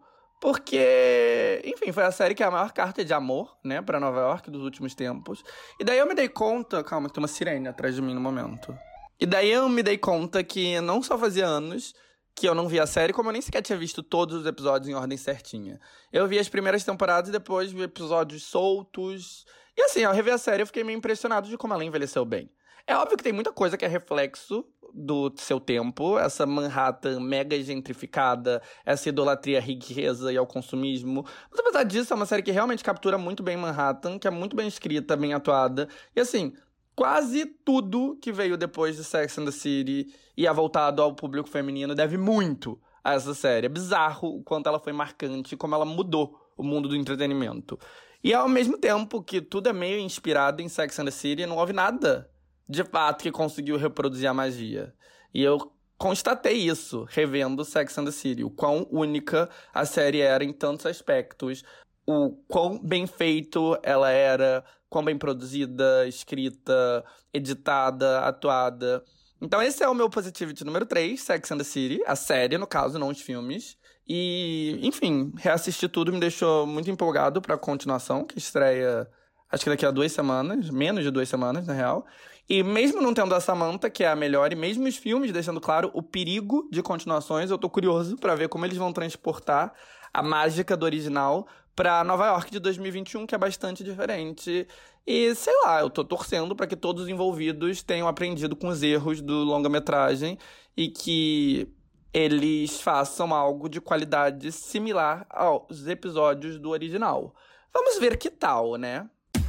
Porque, enfim, foi a série que é a maior carta de amor, né, pra Nova York dos últimos tempos. E daí eu me dei conta... Calma, que tem uma sirene atrás de mim no momento. E daí eu me dei conta que não só fazia anos que eu não via a série, como eu nem sequer tinha visto todos os episódios em ordem certinha. Eu vi as primeiras temporadas e depois vi episódios soltos. E assim, ao rever a série, eu fiquei meio impressionado de como ela envelheceu bem. É óbvio que tem muita coisa que é reflexo do seu tempo, essa Manhattan mega gentrificada, essa idolatria à riqueza e ao consumismo. Mas apesar disso, é uma série que realmente captura muito bem Manhattan, que é muito bem escrita, bem atuada. E assim... Quase tudo que veio depois de Sex and the City e é voltado ao público feminino deve muito a essa série. É bizarro o quanto ela foi marcante, como ela mudou o mundo do entretenimento. E ao mesmo tempo que tudo é meio inspirado em Sex and the City, não houve nada de fato que conseguiu reproduzir a magia. E eu constatei isso revendo Sex and the City, o quão única a série era em tantos aspectos, o quão bem feito ela era, quão bem produzida, escrita, editada, atuada. Então esse é o meu Positivity número 3, Sex and the City, a série, no caso, não os filmes. E, enfim, reassistir tudo me deixou muito empolgado pra continuação, que estreia, acho que daqui a 2 semanas, menos de 2 semanas, na real. E mesmo não tendo a Samantha, que é a melhor, e mesmo os filmes deixando claro o perigo de continuações, eu tô curioso pra ver como eles vão transportar a mágica do original pra Nova York de 2021, que é bastante diferente. E, sei lá, eu tô torcendo pra que todos os envolvidos tenham aprendido com os erros do longa-metragem e que eles façam algo de qualidade similar aos episódios do original. Vamos ver que tal, né?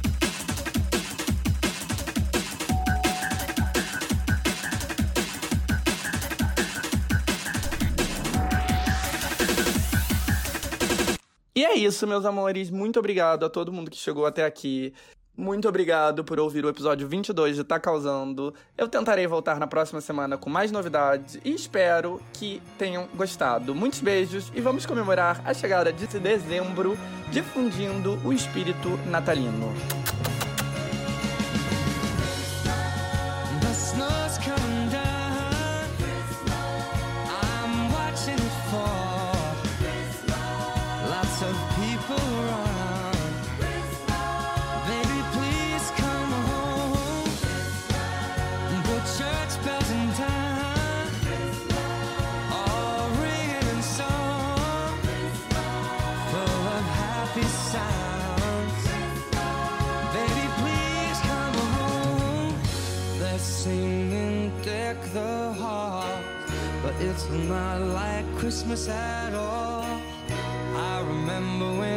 E é isso, meus amores. Muito obrigado a todo mundo que chegou até aqui. Muito obrigado por ouvir o episódio 22 de Tá Causando. Eu tentarei voltar na próxima semana com mais novidades e espero que tenham gostado. Muitos beijos e vamos comemorar a chegada de dezembro difundindo o espírito natalino. It's not like Christmas at all. I remember when